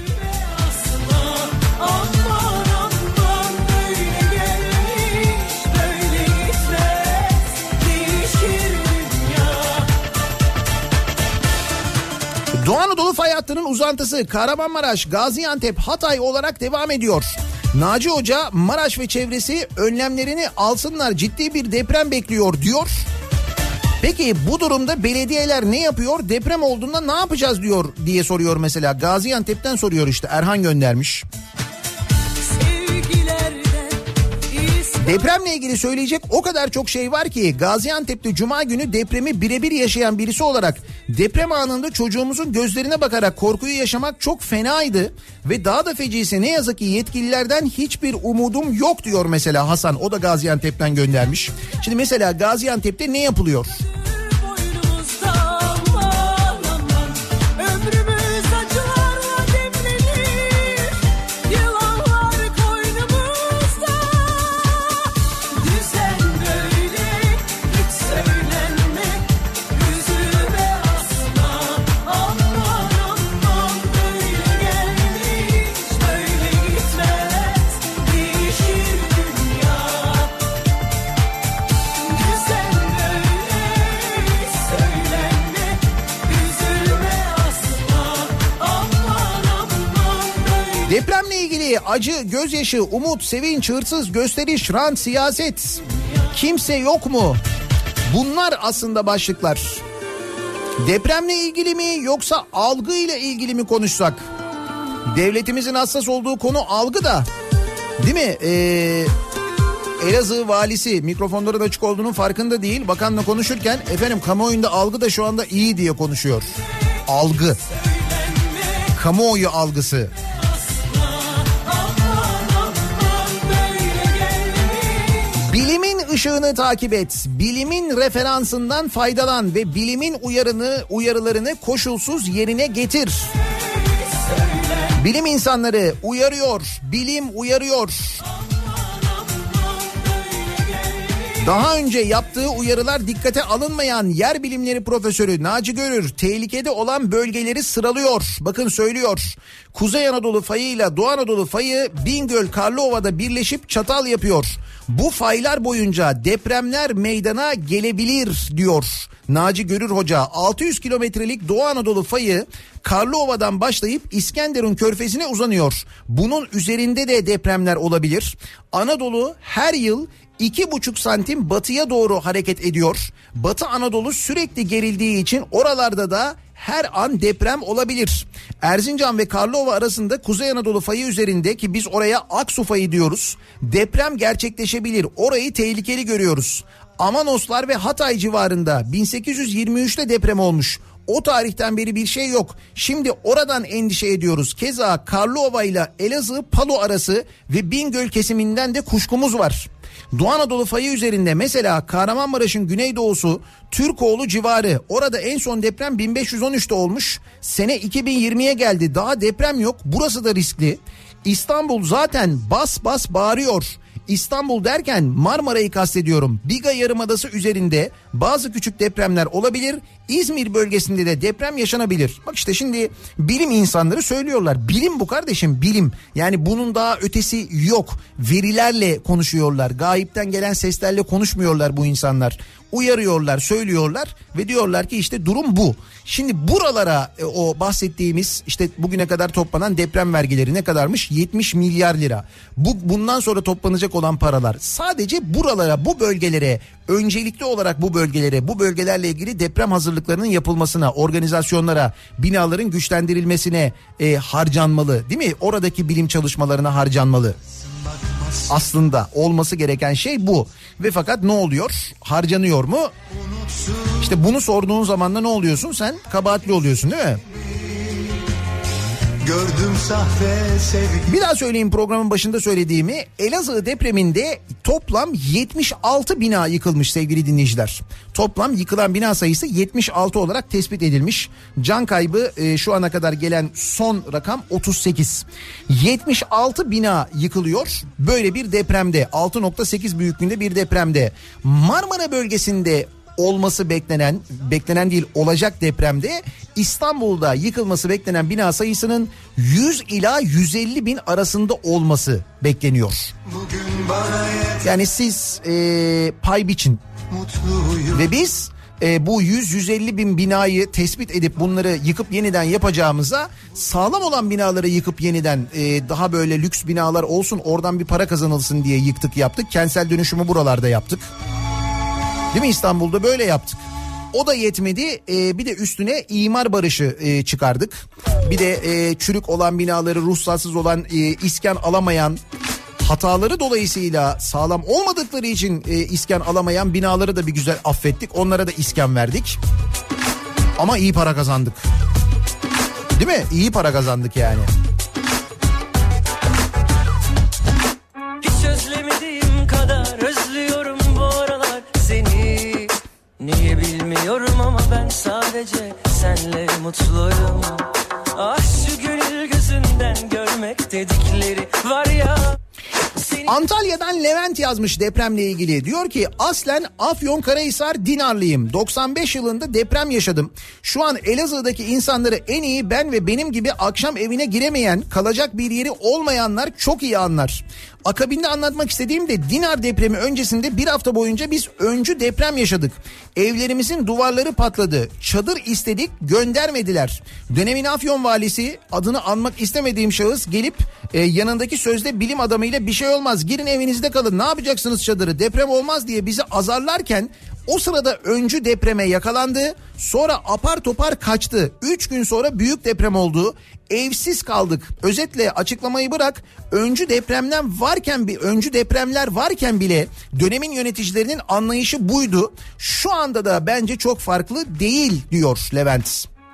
Doğu Anadolu fay hattının uzantısı Kahramanmaraş, Gaziantep, Hatay olarak devam ediyor. Naci Hoca Maraş ve çevresi önlemlerini alsınlar, ciddi bir deprem bekliyor diyor. Peki bu durumda belediyeler ne yapıyor? Deprem olduğunda ne yapacağız diyor diye soruyor mesela. Gaziantep'ten soruyor işte, Erhan göndermiş. Depremle ilgili söyleyecek o kadar çok şey var ki, Gaziantep'te Cuma günü depremi birebir yaşayan birisi olarak deprem anında çocuğumuzun gözlerine bakarak korkuyu yaşamak çok fenaydı ve daha da feciyse ne yazık ki yetkililerden hiçbir umudum yok diyor mesela Hasan. O da Gaziantep'ten göndermiş. Şimdi mesela Gaziantep'te ne yapılıyor? Depremle ilgili acı, gözyaşı, umut, sevinç, hırsız, gösteriş, rant, siyaset, kimse yok mu? Bunlar aslında başlıklar. Depremle ilgili mi yoksa algıyla ilgili mi konuşsak? Devletimizin hassas olduğu konu algı da, değil mi? Ee, Elazığ valisi mikrofonların açık olduğunun farkında değil. Bakanla konuşurken efendim kamuoyunda algı da şu anda iyi diye konuşuyor. algı, kamuoyu algısı. Bilimin ışığını takip et, bilimin referansından faydalan ve bilimin uyarını, uyarılarını koşulsuz yerine getir. Bilim insanları uyarıyor, bilim uyarıyor. Daha önce yaptığı uyarılar dikkate alınmayan yer bilimleri profesörü Naci Görür tehlikede olan bölgeleri sıralıyor. Bakın söylüyor. Kuzey Anadolu fayıyla Doğu Anadolu fayı Bingöl Karlıova'da birleşip çatal yapıyor. Bu faylar boyunca depremler meydana gelebilir diyor Naci Görür Hoca. altı yüz kilometrelik Doğu Anadolu fayı Karlıova'dan başlayıp İskenderun Körfezi'ne uzanıyor. Bunun üzerinde de depremler olabilir. Anadolu her yıl iki buçuk santim batıya doğru hareket ediyor. Batı Anadolu sürekli gerildiği için oralarda da her an deprem olabilir. Erzincan ve Karlova arasında Kuzey Anadolu fayı üzerinde, ki biz oraya Aksu fayı diyoruz, deprem gerçekleşebilir. Orayı tehlikeli görüyoruz. Amanoslar ve Hatay civarında bin sekiz yüz yirmi üçte deprem olmuş. O tarihten beri bir şey yok. Şimdi oradan endişe ediyoruz. Keza Karlova ile Elazığ Palu arası ve Bingöl kesiminden de kuşkumuz var. Doğu Anadolu fayı üzerinde mesela Kahramanmaraş'ın güneydoğusu Türkoğlu civarı, orada en son deprem bin beş yüz on üçte olmuş. Sene iki bin yirmiye geldi, daha deprem yok. Burası da riskli. İstanbul zaten bas bas bağırıyor. İstanbul derken Marmara'yı kastediyorum. Biga Yarımadası üzerinde bazı küçük depremler olabilir. İzmir bölgesinde de deprem yaşanabilir. Bak işte şimdi bilim insanları söylüyorlar. Bilim bu kardeşim, bilim. Yani bunun daha ötesi yok. Verilerle konuşuyorlar. Gayipten gelen seslerle konuşmuyorlar bu insanlar. Uyarıyorlar, söylüyorlar ve diyorlar ki işte durum bu. Şimdi buralara e, o bahsettiğimiz işte bugüne kadar toplanan deprem vergileri ne kadarmış? yetmiş milyar lira. Bu bundan sonra toplanacak olan paralar sadece buralara, bu bölgelere, öncelikli olarak bu bölgelere, bu bölgelerle ilgili deprem hazırlıklarının yapılmasına, organizasyonlara, binaların güçlendirilmesine e, harcanmalı, değil mi? Oradaki bilim çalışmalarına harcanmalı. Aslında olması gereken şey bu. Ve fakat ne oluyor? Harcanıyor mu? İşte bunu sorduğun zaman da ne oluyorsun? Sen kabahatli oluyorsun, değil mi? Gördüm sahte sevgi. Bir daha söyleyeyim programın başında söylediğimi. Elazığ depreminde toplam yetmiş altı bina yıkılmış sevgili dinleyiciler. Toplam yıkılan bina sayısı yetmiş altı olarak tespit edilmiş. Can kaybı e, şu ana kadar gelen son rakam otuz sekiz. yetmiş altı bina yıkılıyor böyle bir depremde, altı nokta sekiz büyüklüğünde bir depremde. Marmara bölgesinde olması beklenen, beklenen değil olacak depremde İstanbul'da yıkılması beklenen bina sayısının yüz ila yüz elli bin arasında olması bekleniyor. Yani siz e, pay biçin mutluyum. Ve biz e, bu yüz yüz elli bin binayı tespit edip bunları yıkıp yeniden yapacağımıza sağlam olan binaları yıkıp yeniden e, daha böyle lüks binalar olsun, oradan bir para kazanılsın diye yıktık yaptık. Kentsel dönüşümü buralarda yaptık. Değil mi? İstanbul'da böyle yaptık. O da yetmedi. Ee, bir de üstüne imar barışı e, çıkardık. Bir de e, çürük olan binaları, ruhsatsız olan, e, iskan alamayan, hataları dolayısıyla sağlam olmadıkları için e, iskan alamayan binaları da bir güzel affettik. Onlara da iskan verdik. Ama iyi para kazandık. Değil mi? İyi para kazandık yani. Hiç özlemediğim kadar özlüyorum bu aralar seni. Niye bilmiyorum ama ben sadece senle mutluyum. Ah şu gönül gözünden görmek dedikleri var ya. Antalya'dan Levent yazmış depremle ilgili. Diyor ki aslen Afyonkarahisar Dinarlıyım. doksan beş yılında deprem yaşadım. Şu an Elazığ'daki insanları en iyi ben ve benim gibi akşam evine giremeyen, kalacak bir yeri olmayanlar çok iyi anlar. Akabinde anlatmak istediğim de Dinar depremi öncesinde bir hafta boyunca biz öncü deprem yaşadık. Evlerimizin duvarları patladı. Çadır istedik, göndermediler. Dönemin Afyon valisi, adını anmak istemediğim şahıs gelip e, yanındaki sözde bilim adamıyla bir şey olmaz, girin evinizde kalın, ne yapacaksınız çadırı, deprem olmaz diye bizi azarlarken o sırada öncü depreme yakalandı. Sonra apar topar kaçtı. Üç gün sonra büyük deprem oldu. Evsiz kaldık. Özetle açıklamayı bırak. Öncü depremler varken bir öncü depremler varken bile dönemin yöneticilerinin anlayışı buydu. Şu anda da bence çok farklı değil diyor Levent.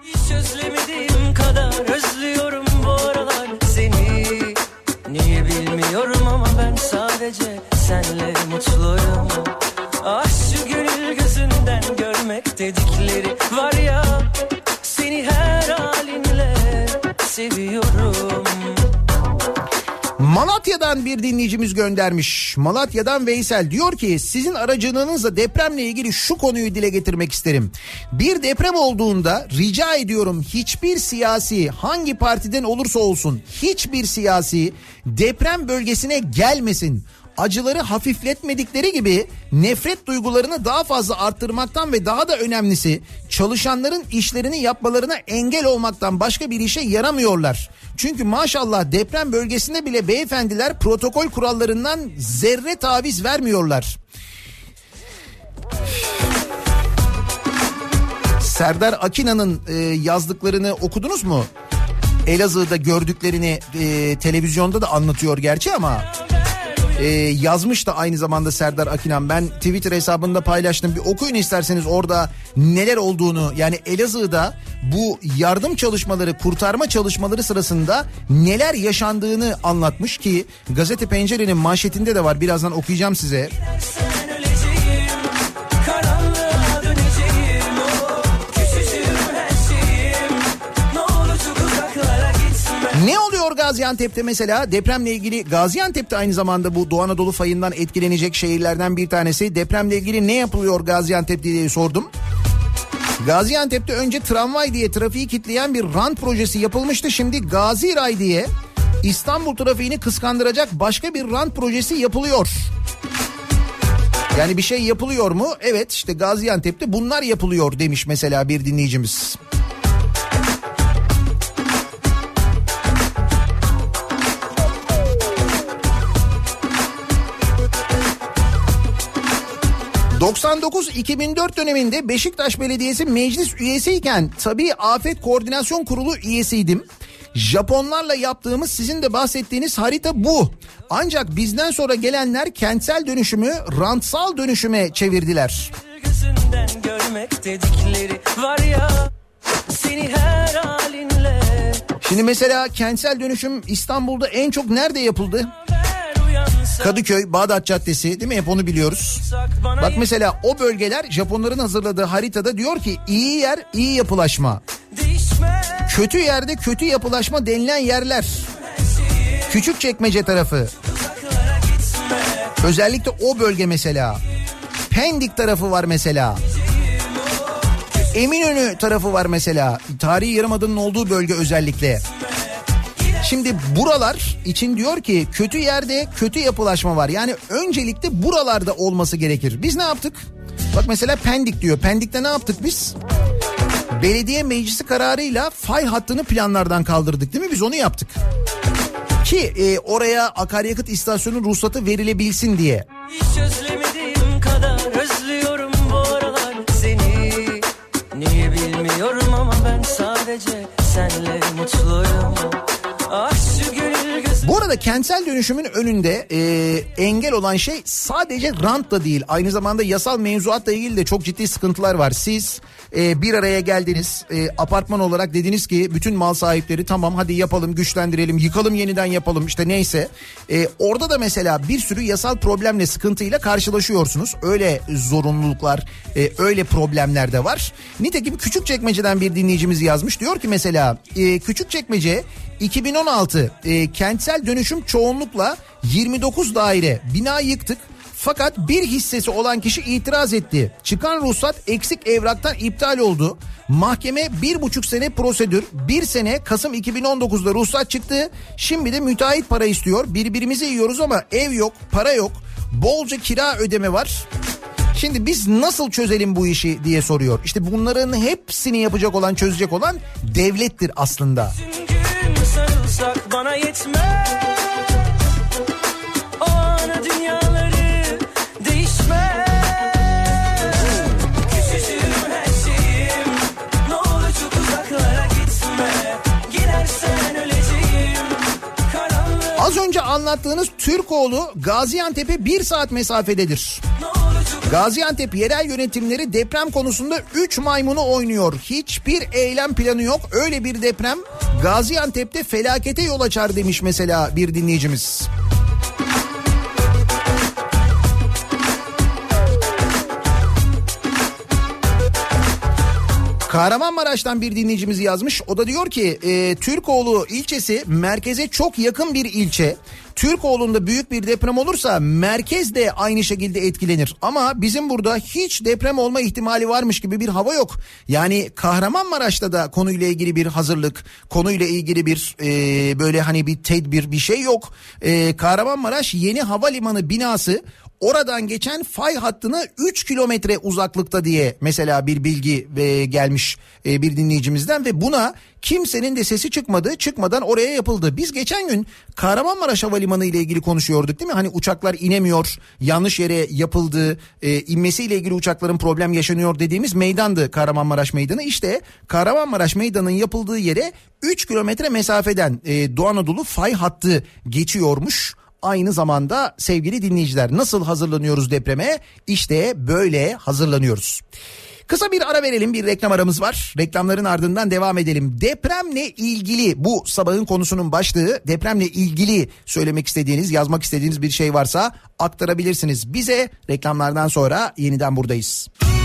Hiç özlemediğim kadar özlüyorum bu aralar seni. Niye bilmiyorum ama ben sadece senle mutluyum. Ah şu gönül gözünden görmek dedikleri var ya, seni her halinle seviyorum. Malatya'dan bir dinleyicimiz göndermiş. Malatya'dan Veysel diyor ki sizin aracılığınızla depremle ilgili şu konuyu dile getirmek isterim. Bir deprem olduğunda rica ediyorum hiçbir siyasi, hangi partiden olursa olsun hiçbir siyasi deprem bölgesine gelmesin. Acıları hafifletmedikleri gibi nefret duygularını daha fazla arttırmaktan ve daha da önemlisi çalışanların işlerini yapmalarına engel olmaktan başka bir işe yaramıyorlar. Çünkü maşallah deprem bölgesinde bile beyefendiler protokol kurallarından zerre taviz vermiyorlar. Serdar Akina'nın e, yazdıklarını okudunuz mu? Elazığ'da gördüklerini e, televizyonda da anlatıyor gerçi ama... Ee, yazmış da aynı zamanda Serdar Akinan. Ben Twitter hesabında paylaştım. Bir okuyun isterseniz orada neler olduğunu. Yani Elazığ'da bu yardım çalışmaları, kurtarma çalışmaları sırasında neler yaşandığını anlatmış ki Gazete Pencere'nin manşetinde de var. Birazdan okuyacağım size. Ne oluyor Gaziantep'te mesela? Depremle ilgili Gaziantep'te aynı zamanda bu Doğu Anadolu fayından etkilenecek şehirlerden bir tanesi. Depremle ilgili ne yapılıyor Gaziantep'te diye sordum. Gaziantep'te önce tramvay diye trafiği kitleyen bir rant projesi yapılmıştı. Şimdi Gazi Ray diye İstanbul trafiğini kıskandıracak başka bir rant projesi yapılıyor. Yani bir şey yapılıyor mu? Evet, işte Gaziantep'te bunlar yapılıyor demiş mesela bir dinleyicimiz. doksan dokuz iki bin dört döneminde Beşiktaş Belediyesi meclis üyesiyken Tabii Afet Koordinasyon Kurulu üyesiydim. Japonlarla yaptığımız sizin de bahsettiğiniz harita bu. Ancak bizden sonra gelenler kentsel dönüşümü rantsal dönüşüme çevirdiler. Gözünden görmek dedikleri var ya, seni her halinle. Şimdi mesela kentsel dönüşüm İstanbul'da en çok nerede yapıldı? Kadıköy, Bağdat Caddesi, değil mi? Hep onu biliyoruz. Bak mesela o bölgeler Japonların hazırladığı haritada diyor ki iyi yer iyi yapılaşma. Kötü yerde kötü yapılaşma denilen yerler. Küçükçekmece tarafı. Özellikle o bölge mesela. Pendik tarafı var mesela. Eminönü tarafı var mesela. Tarihi Yarımada'nın olduğu bölge özellikle. Şimdi buralar için diyor ki kötü yerde kötü yapılaşma var. Yani öncelikle buralarda olması gerekir. Biz ne yaptık? Bak mesela Pendik diyor. Pendik'te ne yaptık biz? Belediye meclisi kararıyla fay hattını planlardan kaldırdık, değil mi? Biz onu yaptık. Ki e, oraya akaryakıt istasyonu ruhsatı verilebilsin diye. Hiç özlemediğim kadar özlüyorum bu aralar seni. Niye bilmiyorum ama ben sadece senle mutluyum. Ah şu gönül göz... Bu arada kentsel dönüşümün önünde e, engel olan şey sadece rant da değil. Aynı zamanda yasal mevzuatla ilgili de çok ciddi sıkıntılar var. Siz e, bir araya geldiniz, e, apartman olarak dediniz ki bütün mal sahipleri tamam hadi yapalım, güçlendirelim, yıkalım, yeniden yapalım, işte neyse. E, orada da mesela bir sürü yasal problemle, sıkıntıyla karşılaşıyorsunuz. Öyle zorunluluklar, e, öyle problemler de var. Nitekim Küçükçekmece'den bir dinleyicimiz yazmış. Diyor ki mesela e, Küçükçekmece iki bin on altı e, kentsel dönüşüm çoğunlukla yirmi dokuz daire bina yıktık. Fakat bir hissesi olan kişi itiraz etti. Çıkan ruhsat eksik evraktan iptal oldu. Mahkeme bir buçuk sene prosedür. Bir sene Kasım iki bin on dokuzda ruhsat çıktı. Şimdi de müteahhit para istiyor. Birbirimizi yiyoruz ama ev yok, para yok. Bolca kira ödeme var. Şimdi biz nasıl çözelim bu işi diye soruyor. İşte bunların hepsini yapacak olan, çözecek olan devlettir aslında. Sarılsak bana yetmez. O ana dünyaları değişmez. Küçücüğüm her şeyim. Ne olur çok uzaklara gitme. Gidersen öleceğim. Karanlık. Az önce anlattığınız Türkoğlu Gaziantep'e bir saat mesafededir. Ne olur çok Gaziantep yerel yönetimleri deprem konusunda üç maymunu oynuyor. Hiçbir eylem planı yok. Öyle bir deprem Gaziantep'te felakete yol açar demiş mesela bir dinleyicimiz. Kahramanmaraş'tan bir dinleyicimiz yazmış. O da diyor ki e, Türkoğlu ilçesi merkeze çok yakın bir ilçe. Türkoğlu'nda büyük bir deprem olursa merkez de aynı şekilde etkilenir. Ama bizim burada hiç deprem olma ihtimali varmış gibi bir hava yok. Yani Kahramanmaraş'ta da konuyla ilgili bir hazırlık, konuyla ilgili bir e, böyle hani bir tedbir bir şey yok. E, Kahramanmaraş Yeni Havalimanı binası oradan geçen fay hattına üç kilometre uzaklıkta diye mesela bir bilgi e, gelmiş e, bir dinleyicimizden ve buna kimsenin de sesi çıkmadı. Çıkmadan oraya yapıldı. Biz geçen gün Kahramanmaraş Havalimanı ile ilgili konuşuyorduk değil mi? Hani uçaklar inemiyor, yanlış yere yapıldı, e, inmesiyle ilgili uçakların problem yaşanıyor dediğimiz meydandı Kahramanmaraş Meydanı. İşte Kahramanmaraş Meydanı'nın yapıldığı yere üç kilometre mesafeden e, Doğu Anadolu fay hattı geçiyormuş. Aynı zamanda sevgili dinleyiciler nasıl hazırlanıyoruz depreme? İşte böyle hazırlanıyoruz. Kısa bir ara verelim, bir reklam aramız var. Reklamların ardından devam edelim. Depremle ilgili bu sabahın konusunun başlığı, depremle ilgili söylemek istediğiniz, yazmak istediğiniz bir şey varsa aktarabilirsiniz bize. Reklamlardan sonra yeniden buradayız.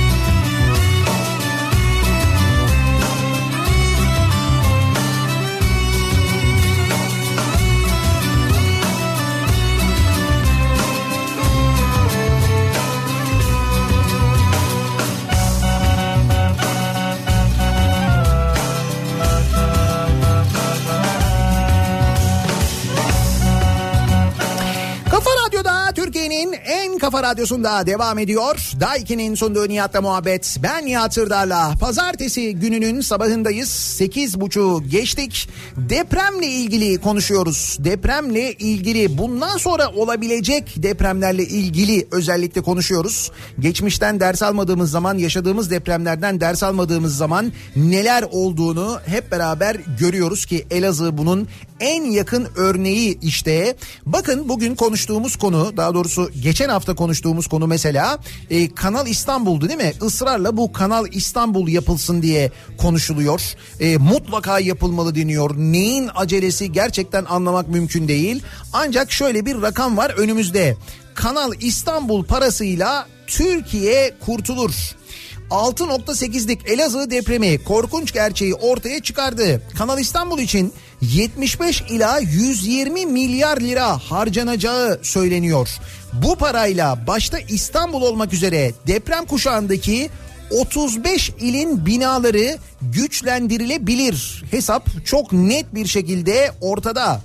Türkiye'nin en kafa radyosunda devam ediyor. Daiki'nin sunduğu Nihat'la muhabbet. Ben Nihat Sırdar'la. Pazartesi gününün sabahındayız. sekiz buçuğu geçtik. Depremle ilgili konuşuyoruz. Depremle ilgili, bundan sonra olabilecek depremlerle ilgili özellikle konuşuyoruz. Geçmişten ders almadığımız zaman, yaşadığımız depremlerden ders almadığımız zaman neler olduğunu hep beraber görüyoruz ki Elazığ bunun en yakın örneği işte. Bakın bugün konuştuğumuz konu, daha doğrusu geçen hafta konuştuğumuz konu mesela e, Kanal İstanbul'du değil mi? Israrla bu Kanal İstanbul yapılsın diye konuşuluyor. E, mutlaka yapılmalı deniyor. Neyin acelesi gerçekten anlamak mümkün değil. Ancak şöyle bir rakam var önümüzde. Kanal İstanbul parasıyla Türkiye kurtulur. altı nokta sekizlik Elazığ depremi korkunç gerçeği ortaya çıkardı. Kanal İstanbul için yetmiş beş ila yüz yirmi milyar lira harcanacağı söyleniyor. Bu parayla başta İstanbul olmak üzere deprem kuşağındaki otuz beş ilin binaları güçlendirilebilir. Hesap çok net bir şekilde ortada.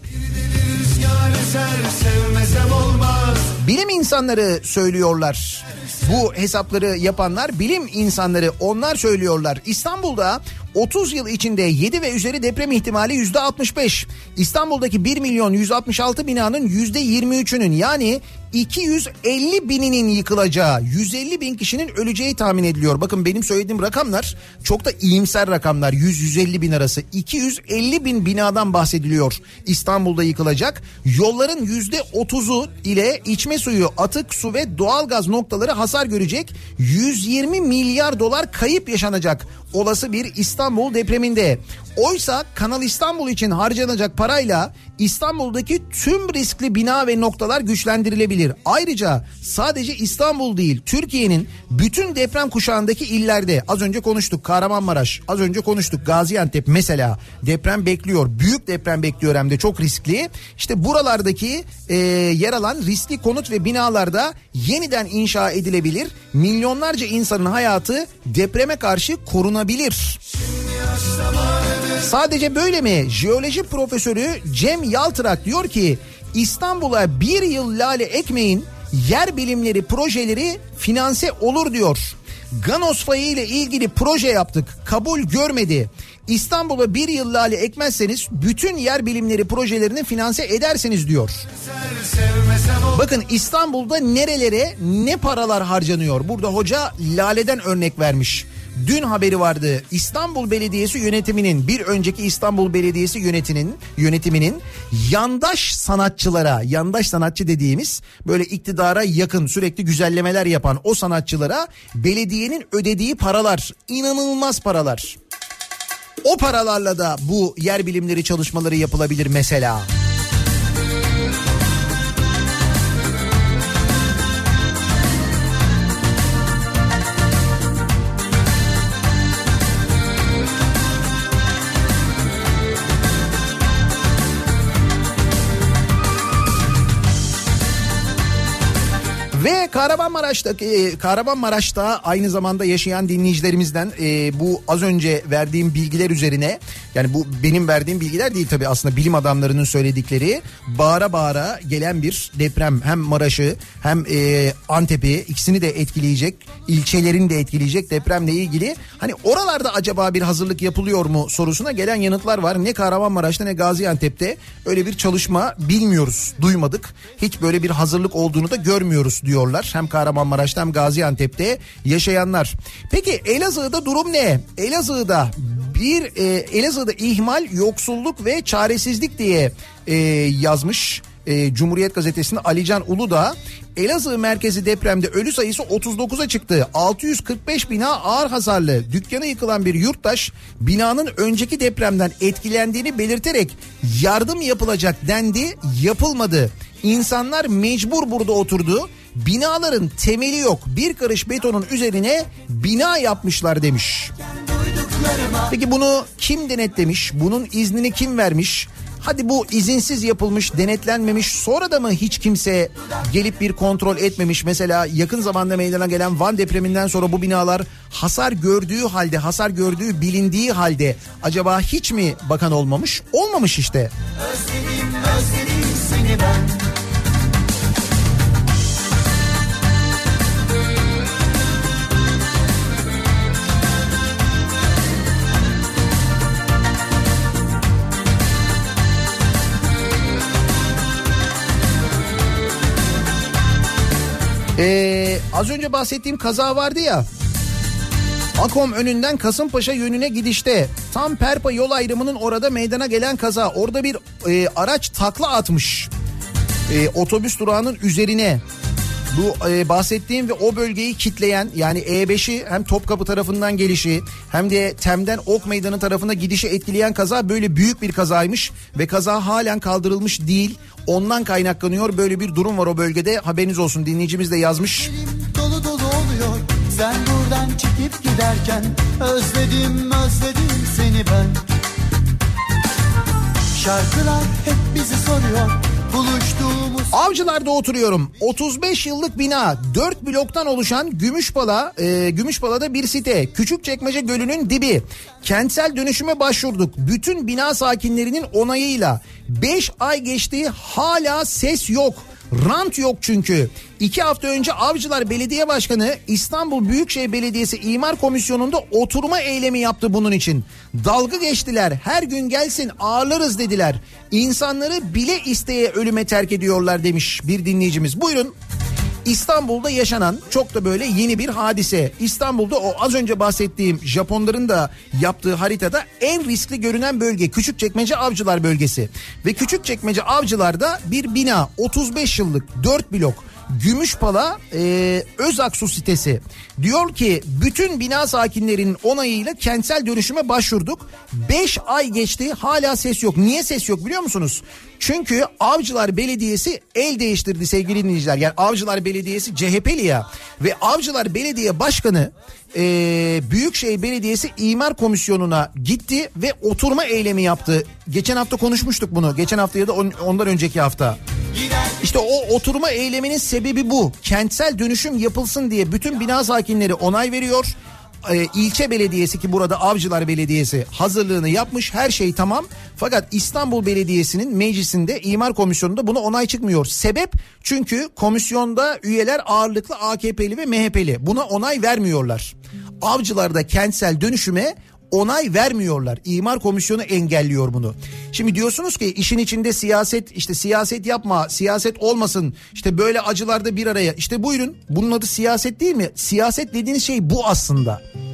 Bilim insanları söylüyorlar. Bu hesapları yapanlar bilim insanları, onlar söylüyorlar. İstanbul'da otuz yıl içinde yedi ve üzeri deprem ihtimali yüzde altmış beş. İstanbul'daki bir milyon yüz altmış altı binanın yüzde yirmi üçünün yani iki yüz elli bininin yıkılacağı, yüz elli bin kişinin öleceği tahmin ediliyor. Bakın benim söylediğim rakamlar çok da iyimser rakamlar. yüz yüz elli bin arası, iki yüz elli bin binadan bahsediliyor. İstanbul'da yıkılacak. Yolların yüzde otuzu ile içme suyu, atık su ve doğalgaz noktaları hasar görecek. yüz yirmi milyar dolar kayıp yaşanacak olası bir İstanbul depreminde. Oysa Kanal İstanbul için harcanacak parayla İstanbul'daki tüm riskli bina ve noktalar güçlendirilebilir. Ayrıca sadece İstanbul değil, Türkiye'nin bütün deprem kuşağındaki illerde, az önce konuştuk Kahramanmaraş, az önce konuştuk Gaziantep mesela deprem bekliyor. Büyük deprem bekliyor, hem de çok riskli. İşte buralardaki e, yer alan riskli konut ve binalarda yeniden inşa edilebilir. Milyonlarca insanın hayatı depreme karşı korunabilir. Sadece böyle mi? Jeoloji profesörü Cem Yaltırak diyor ki İstanbul'a bir yıl lale ekmeyin, yer bilimleri projeleri finanse olur diyor. Ganos fayı ile ilgili proje yaptık, kabul görmedi. İstanbul'a bir yıl lale ekmezseniz bütün yer bilimleri projelerini finanse edersiniz diyor. Bakın İstanbul'da nerelere ne paralar harcanıyor. Burada hoca laleden örnek vermiş. Dün haberi vardı. İstanbul Belediyesi yönetiminin, bir önceki İstanbul Belediyesi yönetiminin yönetiminin yandaş sanatçılara, yandaş sanatçı dediğimiz böyle iktidara yakın sürekli güzellemeler yapan o sanatçılara belediyenin ödediği paralar, inanılmaz paralar. O paralarla da bu yer bilimleri çalışmaları yapılabilir mesela. Ve Kahramanmaraş'ta, Kahramanmaraş'ta aynı zamanda yaşayan dinleyicilerimizden e, bu az önce verdiğim bilgiler üzerine, yani bu benim verdiğim bilgiler değil tabii, aslında bilim adamlarının söyledikleri, bağıra bağıra gelen bir deprem, hem Maraş'ı hem e, Antep'i, ikisini de etkileyecek, ilçelerini de etkileyecek depremle ilgili. Hani oralarda acaba bir hazırlık yapılıyor mu sorusuna gelen yanıtlar var. Ne Kahramanmaraş'ta ne Gaziantep'te öyle bir çalışma bilmiyoruz, duymadık. Hiç böyle bir hazırlık olduğunu da görmüyoruz diyorlar. Hem Kahramanmaraş'ta hem Gaziantep'te yaşayanlar. Peki Elazığ'da durum ne? Elazığ'da bir e, Elazığ'da ihmal, yoksulluk ve çaresizlik diye e, yazmış e, Cumhuriyet Gazetesi'nde Alican Uludağ. Elazığ merkezi depremde ölü sayısı otuz dokuza çıktı. altı yüz kırk beş bina ağır hasarlı. Dükkanı yıkılan bir yurttaş binanın önceki depremden etkilendiğini belirterek yardım yapılacak dendi, yapılmadı. İnsanlar mecbur burada oturdu. Binaların temeli yok. Bir karış betonun üzerine bina yapmışlar demiş. Peki bunu kim denetlemiş? Bunun iznini kim vermiş? Hadi bu izinsiz yapılmış, denetlenmemiş, sonra da mı hiç kimse gelip bir kontrol etmemiş? Mesela yakın zamanda meydana gelen Van depreminden sonra bu binalar hasar gördüğü halde, hasar gördüğü bilindiği halde acaba hiç mi bakan olmamış? Olmamış işte. Özledim, özledim seni ben. Ee, az önce bahsettiğim kaza vardı ya, Akom önünden Kasımpaşa yönüne gidişte tam Perpa yol ayrımının orada meydana gelen kaza. Orada bir e, araç takla atmış e, otobüs durağının üzerine. Bu e, bahsettiğim ve o bölgeyi kitleyen, yani E beşi hem Topkapı tarafından gelişi hem de Tem'den Ok Meydanı tarafına gidişi etkileyen kaza böyle büyük bir kazaymış ve kaza halen kaldırılmış değil. Ondan kaynaklanıyor, böyle bir durum var o bölgede, haberiniz olsun, dinleyicimiz de yazmış. Elim dolu dolu oluyor sen buradan çekip giderken, özledim özledim seni ben. Şarkılar hep bizi soruyor buluştuğumuz. Avcılar'da oturuyorum. otuz beş yıllık bina, dört bloktan oluşan Gümüşpala, e, Gümüşpala'da bir site. Küçükçekmece Gölü'nün dibi. Kentsel dönüşüme başvurduk. Bütün bina sakinlerinin onayıyla. beş ay geçti, hala ses yok. Rant yok çünkü. İki hafta önce Avcılar Belediye Başkanı İstanbul Büyükşehir Belediyesi İmar Komisyonu'nda oturma eylemi yaptı bunun için. Dalga geçtiler. Her gün gelsin ağırlarız dediler. İnsanları bile isteye ölüme terk ediyorlar demiş bir dinleyicimiz. Buyurun. İstanbul'da yaşanan çok da böyle yeni bir hadise. İstanbul'da o az önce bahsettiğim Japonların da yaptığı haritada en riskli görünen bölge Küçükçekmece Avcılar bölgesi. Ve Küçükçekmece Avcılar'da bir bina, otuz beş yıllık, dört blok. Gümüşpala e, Özaksu sitesi. Diyor ki bütün bina sakinlerinin onayıyla kentsel dönüşüme başvurduk. beş ay geçti, hala ses yok. Niye ses yok biliyor musunuz? Çünkü Avcılar Belediyesi el değiştirdi sevgili dinleyiciler. Yani Avcılar Belediyesi C H P'li ya. Ve Avcılar Belediye Başkanı e, Büyükşehir Belediyesi İmar Komisyonu'na gitti ve oturma eylemi yaptı. Geçen hafta konuşmuştuk bunu. Geçen hafta ya da on, ondan önceki hafta. İşte o oturma eyleminin sebebi bu. Kentsel dönüşüm yapılsın diye bütün bina sakinleri onay veriyor. Ee, ilçe belediyesi, ki burada Avcılar Belediyesi hazırlığını yapmış, her şey tamam. Fakat İstanbul Belediyesi'nin meclisinde, İmar Komisyonu'nda buna onay çıkmıyor. Sebep, çünkü komisyonda üyeler ağırlıklı A K P'li ve M H P'li. Buna onay vermiyorlar. Avcılar'da kentsel dönüşüme onay vermiyorlar. İmar Komisyonu engelliyor bunu. Şimdi diyorsunuz ki işin içinde siyaset, işte siyaset yapma, siyaset olmasın, işte böyle acılarda bir araya. İşte buyurun, bunun adı siyaset değil mi? Siyaset dediğiniz şey bu aslında.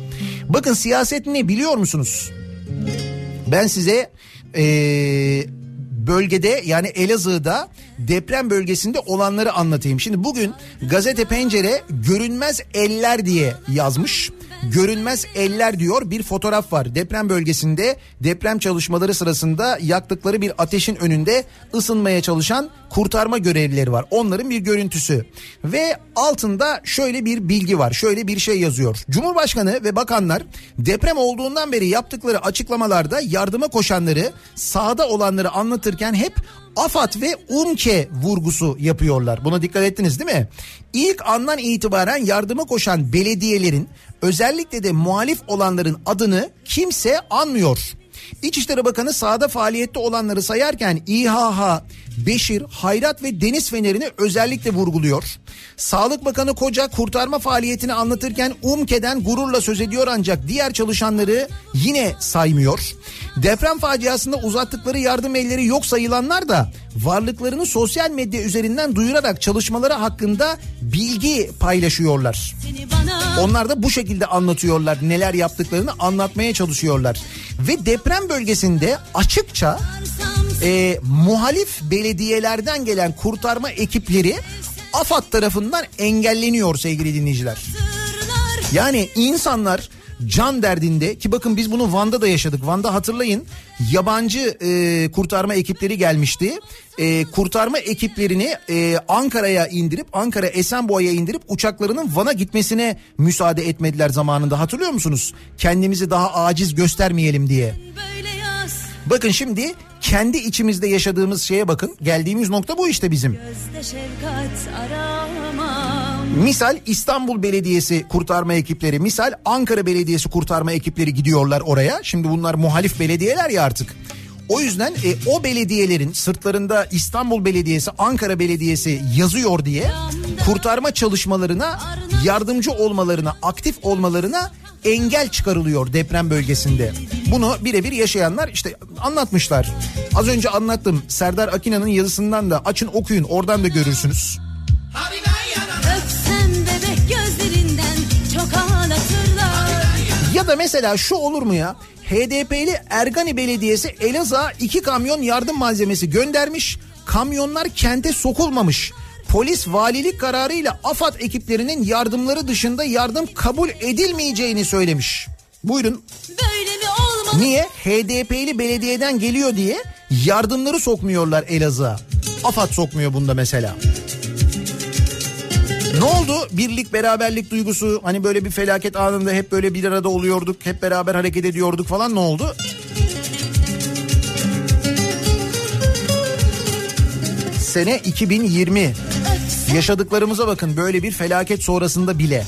Bakın siyaset ne biliyor musunuz? Ben size ee, bölgede yani Elazığ'da deprem bölgesinde olanları anlatayım. Şimdi bugün Gazete Pencere görünmez eller diye yazmış. Görünmez eller diyor, bir fotoğraf var. Deprem bölgesinde deprem çalışmaları sırasında yaktıkları bir ateşin önünde ısınmaya çalışan kurtarma görevlileri var. Onların bir görüntüsü ve altında şöyle bir bilgi var. Şöyle bir şey yazıyor. Cumhurbaşkanı ve bakanlar deprem olduğundan beri yaptıkları açıklamalarda yardıma koşanları, sahada olanları anlatırken hep AFAD ve UMKE vurgusu yapıyorlar. Buna dikkat ettiniz değil mi? İlk andan itibaren yardıma koşan belediyelerin, özellikle de muhalif olanların adını kimse anmıyor. İçişleri Bakanı sahada faaliyette olanları sayarken İHH, Beşir, Hayrat ve Deniz Feneri'ni özellikle vurguluyor. Sağlık Bakanı Koca kurtarma faaliyetini anlatırken UMKE'den gururla söz ediyor ancak diğer çalışanları yine saymıyor. Deprem faciasında uzattıkları yardım elleri yok sayılanlar da varlıklarını sosyal medya üzerinden duyurarak çalışmaları hakkında bilgi paylaşıyorlar. Onlar da bu şekilde anlatıyorlar, neler yaptıklarını anlatmaya çalışıyorlar. Ve deprem bölgesinde açıkça e, muhalif belediyelerden gelen kurtarma ekipleri AFAD tarafından engelleniyor sevgili dinleyiciler. Yani insanlar can derdinde, ki bakın biz bunu Van'da da yaşadık. Van'da hatırlayın, yabancı e, kurtarma ekipleri gelmişti. E, kurtarma ekiplerini e, Ankara'ya indirip, Ankara Esenboğa'ya indirip uçaklarının Van'a gitmesine müsaade etmediler zamanında, hatırlıyor musunuz? Kendimizi daha aciz göstermeyelim diye. Bakın şimdi kendi içimizde yaşadığımız şeye bakın. Geldiğimiz nokta bu işte bizim. Misal İstanbul Belediyesi kurtarma ekipleri, misal Ankara Belediyesi kurtarma ekipleri gidiyorlar oraya. Şimdi bunlar muhalif belediyeler ya artık. O yüzden e, o belediyelerin sırtlarında İstanbul Belediyesi, Ankara Belediyesi yazıyor diye kurtarma çalışmalarına yardımcı olmalarına, aktif olmalarına engel çıkarılıyor deprem bölgesinde. Bunu birebir yaşayanlar işte anlatmışlar. Az önce anlattım, Serdar Akina'nın yazısından da açın okuyun, oradan da görürsünüz. Öpsem bebek gözlerinden çok ağlatırlar. Ya da mesela şu olur mu ya? H D P'li Ergani Belediyesi Elazığ'a iki kamyon yardım malzemesi göndermiş. Kamyonlar kente sokulmamış. Polis valilik kararıyla AFAD ekiplerinin yardımları dışında yardım kabul edilmeyeceğini söylemiş. Buyurun. Böyle mi olmalı? Niye? H D P'li belediyeden geliyor diye yardımları sokmuyorlar Elazığ'a. AFAD sokmuyor bunda mesela. Ne oldu? Birlik, beraberlik duygusu, hani böyle bir felaket anında hep böyle bir arada oluyorduk, hep beraber hareket ediyorduk falan, ne oldu? Sene iki bin yirmi. Yaşadıklarımıza bakın, böyle bir felaket sonrasında bile.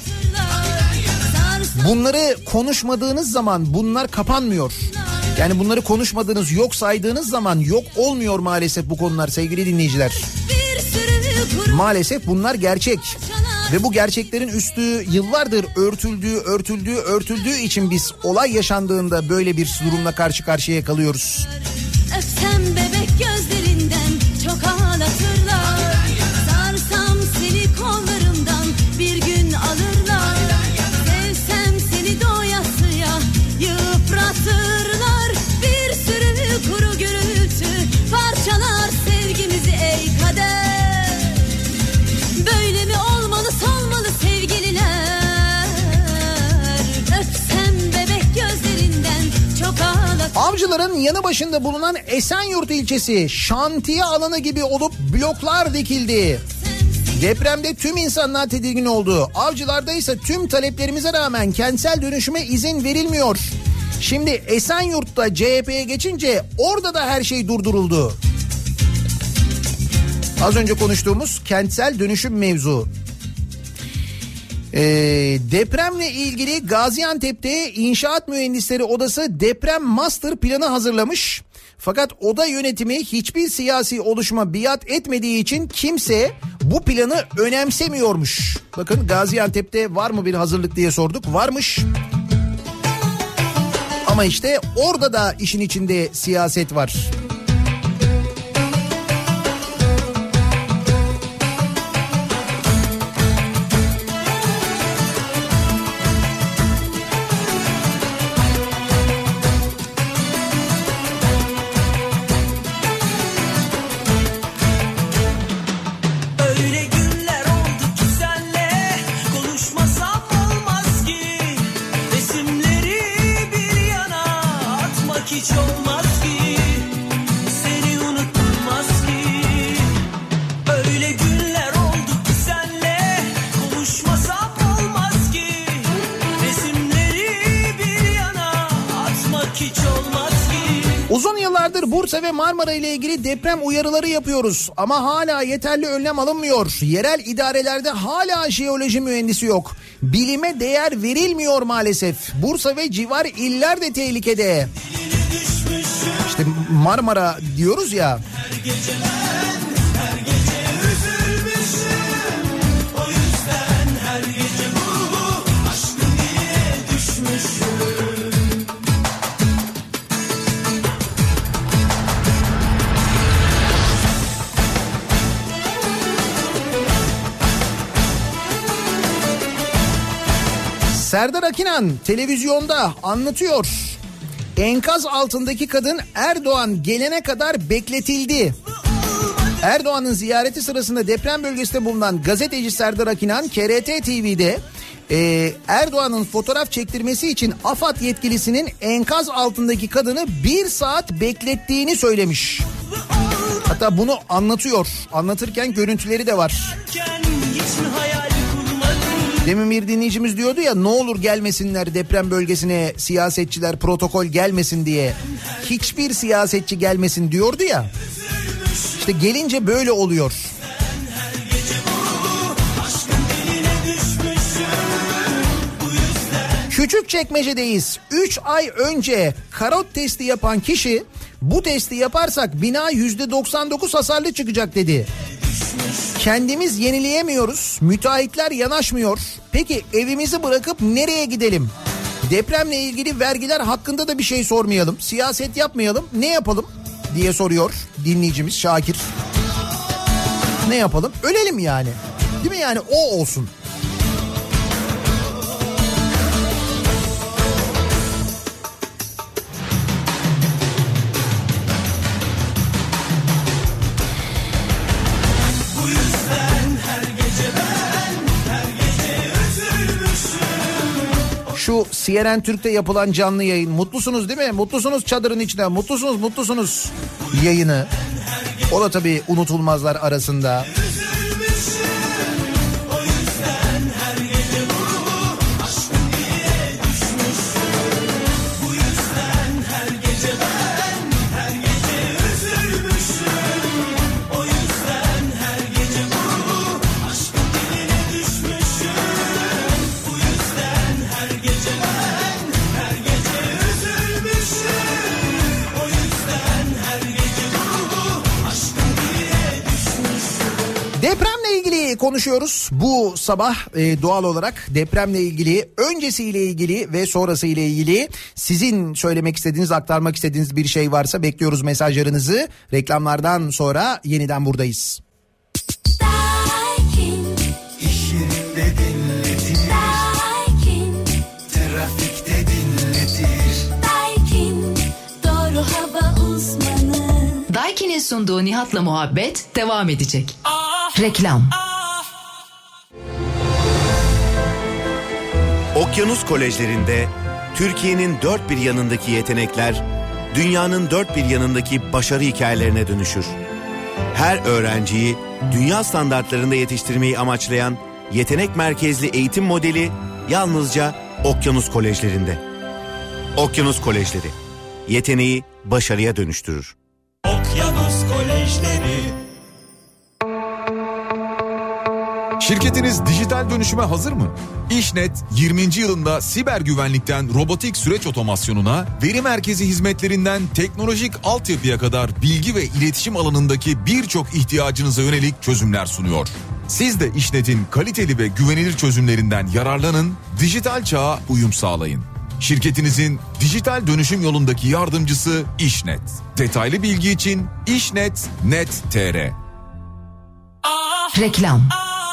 Bunları konuşmadığınız zaman bunlar kapanmıyor. Yani bunları konuşmadığınız, yok saydığınız zaman yok olmuyor maalesef bu konular sevgili dinleyiciler. Maalesef bunlar gerçek. Ve bu gerçeklerin üstü yıllardır örtüldüğü, örtüldüğü, örtüldüğü için biz olay yaşandığında böyle bir durumla karşı karşıya kalıyoruz. Öpsem bebek gözlerinden çok ağlatırlar. Sarsam seni kollarımdan bir gün alırlar. Sevsem seni doyasıya yıpratırlar. Bir sürü kuru gürültü parçalar sevgimizi ey kader. Böyle mi olmalı, solmalı sevgililer? Öpsem bebek gözlerinden çok ağlatırlar. Avcıların yanı başında bulunan Esenyurt ilçesi şantiye alanı gibi olup bloklar dikildi. Depremde tüm insanlar tedirgin oldu. Avcılarda ise tüm taleplerimize rağmen kentsel dönüşüme izin verilmiyor. Şimdi Esenyurt'ta C H P'ye geçince orada da her şey durduruldu. Az önce konuştuğumuz kentsel dönüşüm mevzu. Ee, depremle ilgili Gaziantep'te İnşaat Mühendisleri Odası deprem master planı hazırlamış. Fakat oda yönetimi hiçbir siyasi oluşuma biat etmediği için kimse bu planı önemsemiyormuş. Bakın Gaziantep'te var mı bir hazırlık diye sorduk. Varmış. Ama işte orada da işin içinde siyaset var. Uzun yıllardır Bursa ve Marmara ile ilgili deprem uyarıları yapıyoruz ama hala yeterli önlem alınmıyor. Yerel idarelerde hala jeoloji mühendisi yok. Bilime değer verilmiyor maalesef. Bursa ve civar iller de tehlikede. İşte Marmara diyoruz ya. Serdar Akinan televizyonda anlatıyor. Enkaz altındaki kadın Erdoğan gelene kadar bekletildi. Erdoğan'ın ziyareti sırasında deprem bölgesinde bulunan gazeteci Serdar Akinan K R T T V'de e, Erdoğan'ın fotoğraf çektirmesi için AFAD yetkilisinin enkaz altındaki kadını bir saat beklettiğini söylemiş. Hatta bunu anlatıyor. Anlatırken görüntüleri de var. Demin bir dinleyicimiz diyordu ya, ne olur gelmesinler deprem bölgesine siyasetçiler, protokol gelmesin diye. Hiçbir siyasetçi gelmesin diyordu ya. İşte gelince böyle oluyor. Küçükçekmece'deyiz. üç ay önce karot testi yapan kişi bu testi yaparsak bina yüzde doksan dokuz hasarlı çıkacak dedi. Kendimiz yenileyemiyoruz, müteahhitler yanaşmıyor. Peki evimizi bırakıp nereye gidelim? Depremle ilgili vergiler hakkında da bir şey sormayalım, siyaset yapmayalım, ne yapalım diye soruyor dinleyicimiz Şakir. Ne yapalım? Ölelim yani. Değil mi yani, o olsun. Şu C N N Türk'te yapılan canlı yayın, mutlusunuz değil mi? Mutlusunuz çadırın içinde, mutlusunuz mutlusunuz yayını. O da tabii unutulmazlar arasında. Depremle ilgili konuşuyoruz bu sabah e, doğal olarak depremle ilgili, öncesiyle ilgili ve sonrasıyla ilgili sizin söylemek istediğiniz, aktarmak istediğiniz bir şey varsa bekliyoruz mesajlarınızı. Reklamlardan sonra yeniden buradayız. İş yerinde dinletir, trafikte dinletir. Daikin doğru hava uzmanı. Daikin'in sunduğu Nihat'la Muhabbet devam edecek. Reklam. Okyanus Kolejlerinde Türkiye'nin dört bir yanındaki yetenekler dünyanın dört bir yanındaki başarı hikayelerine dönüşür. Her öğrenciyi dünya standartlarında yetiştirmeyi amaçlayan yetenek merkezli eğitim modeli yalnızca Okyanus Kolejlerinde. Okyanus Kolejleri, yeteneği başarıya dönüştürür. Okyanus Kolejleri. Şirketiniz dijital dönüşüme hazır mı? İşnet yirminci yılında siber güvenlikten robotik süreç otomasyonuna, veri merkezi hizmetlerinden teknolojik altyapıya kadar bilgi ve iletişim alanındaki birçok ihtiyacınıza yönelik çözümler sunuyor. Siz de İşnet'in kaliteli ve güvenilir çözümlerinden yararlanın, dijital çağa uyum sağlayın. Şirketinizin dijital dönüşüm yolundaki yardımcısı İşnet. Detaylı bilgi için işnet nokta net nokta tr. Reklam.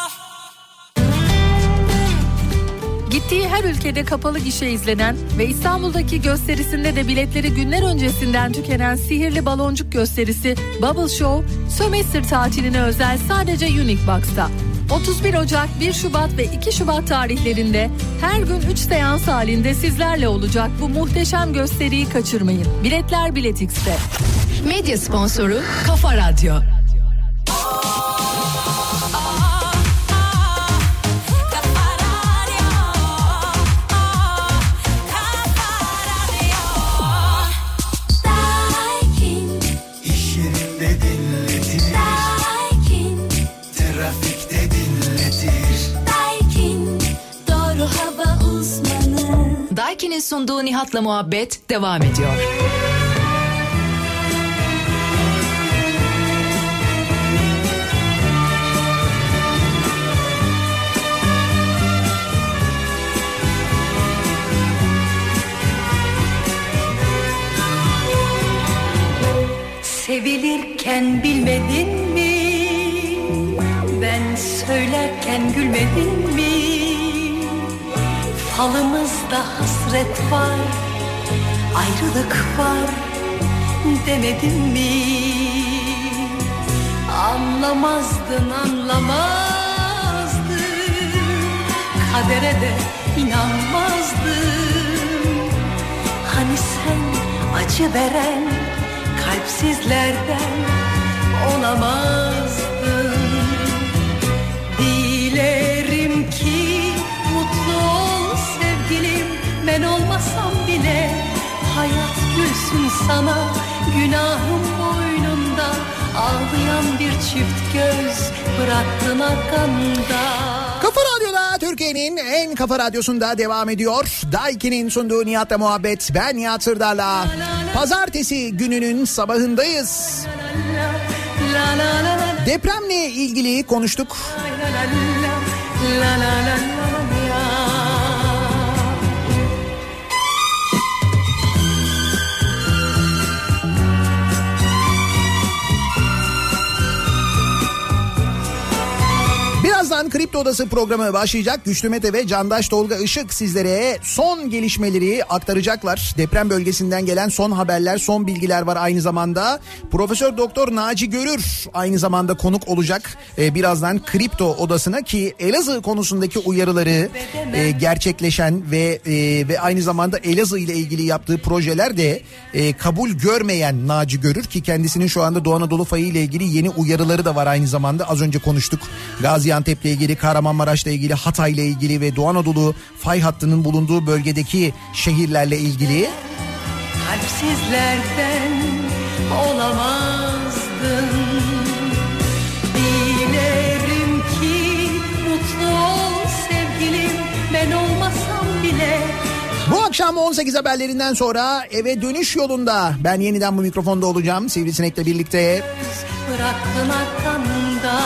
Gittiği her ülkede kapalı gişe izlenen ve İstanbul'daki gösterisinde de biletleri günler öncesinden tükenen sihirli baloncuk gösterisi Bubble Show, sömestr tatiline özel sadece Unique Box'ta. otuz bir Ocak, bir Şubat ve iki Şubat tarihlerinde her gün üç seans halinde sizlerle olacak bu muhteşem gösteriyi kaçırmayın. Biletler Bilet X'te. Medya sponsoru Kafa Radyo. Daiki'nin sunduğu Nihat'la Muhabbet devam ediyor. Sevilirken bilmedin mi? Ben söylerken gülmedin mi? Falımızda hasret var, ayrılık var demedin mi? Anlamazdın, anlamazdın, kadere de inanmazdın. Hani sen acı veren kalpsizlerden olamazdın. Dilerim ki mutlu ol sevgilim, ben olmasam bile hayat gülsün sana. Günahım boynunda, ağlayan bir çift göz bıraktın arkanda. Kafa Radyo'da, Türkiye'nin en kafa radyosunda devam ediyor. Daiki'nin sunduğu Nihat'la Muhabbet. Ben Nihat Sırdar'la. Pazartesi gününün sabahındayız. Depremle ilgili konuştuk. Birazdan Kripto Odası programı başlayacak. Güçlü Mete ve Candaş Tolga Işık sizlere son gelişmeleri aktaracaklar. Deprem bölgesinden gelen son haberler, son bilgiler var aynı zamanda. Profesör Doktor Naci Görür aynı zamanda konuk olacak. Ee, birazdan Kripto Odası'na ki Elazığ konusundaki uyarıları e, gerçekleşen ve e, ve aynı zamanda Elazığ ile ilgili yaptığı projeler de e, kabul görmeyen Naci Görür ki kendisinin şu anda Doğu Anadolu fayı ile ilgili yeni uyarıları da var aynı zamanda. Az önce konuştuk. Gaziantep'le ilgili, Kahramanmaraş'la ilgili, Hatay'la ilgili ve Doğu Anadolu fay hattının bulunduğu bölgedeki şehirlerle ilgili. Kalpsizlerden olamazdın. Dilerim ki mutlu ol sevgilim, ben olmasam bile. Bu akşam on sekiz haberlerinden sonra eve dönüş yolunda ben yeniden bu mikrofonda olacağım Sivrisinek'le birlikte. Bıraktın arkanda.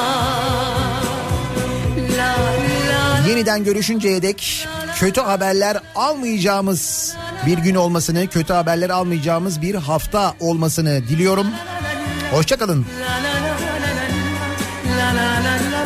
Yeniden görüşünceye dek kötü haberler almayacağımız bir gün olmasını, kötü haberler almayacağımız bir hafta olmasını diliyorum. Hoşça kalın. La la la la la la la la la.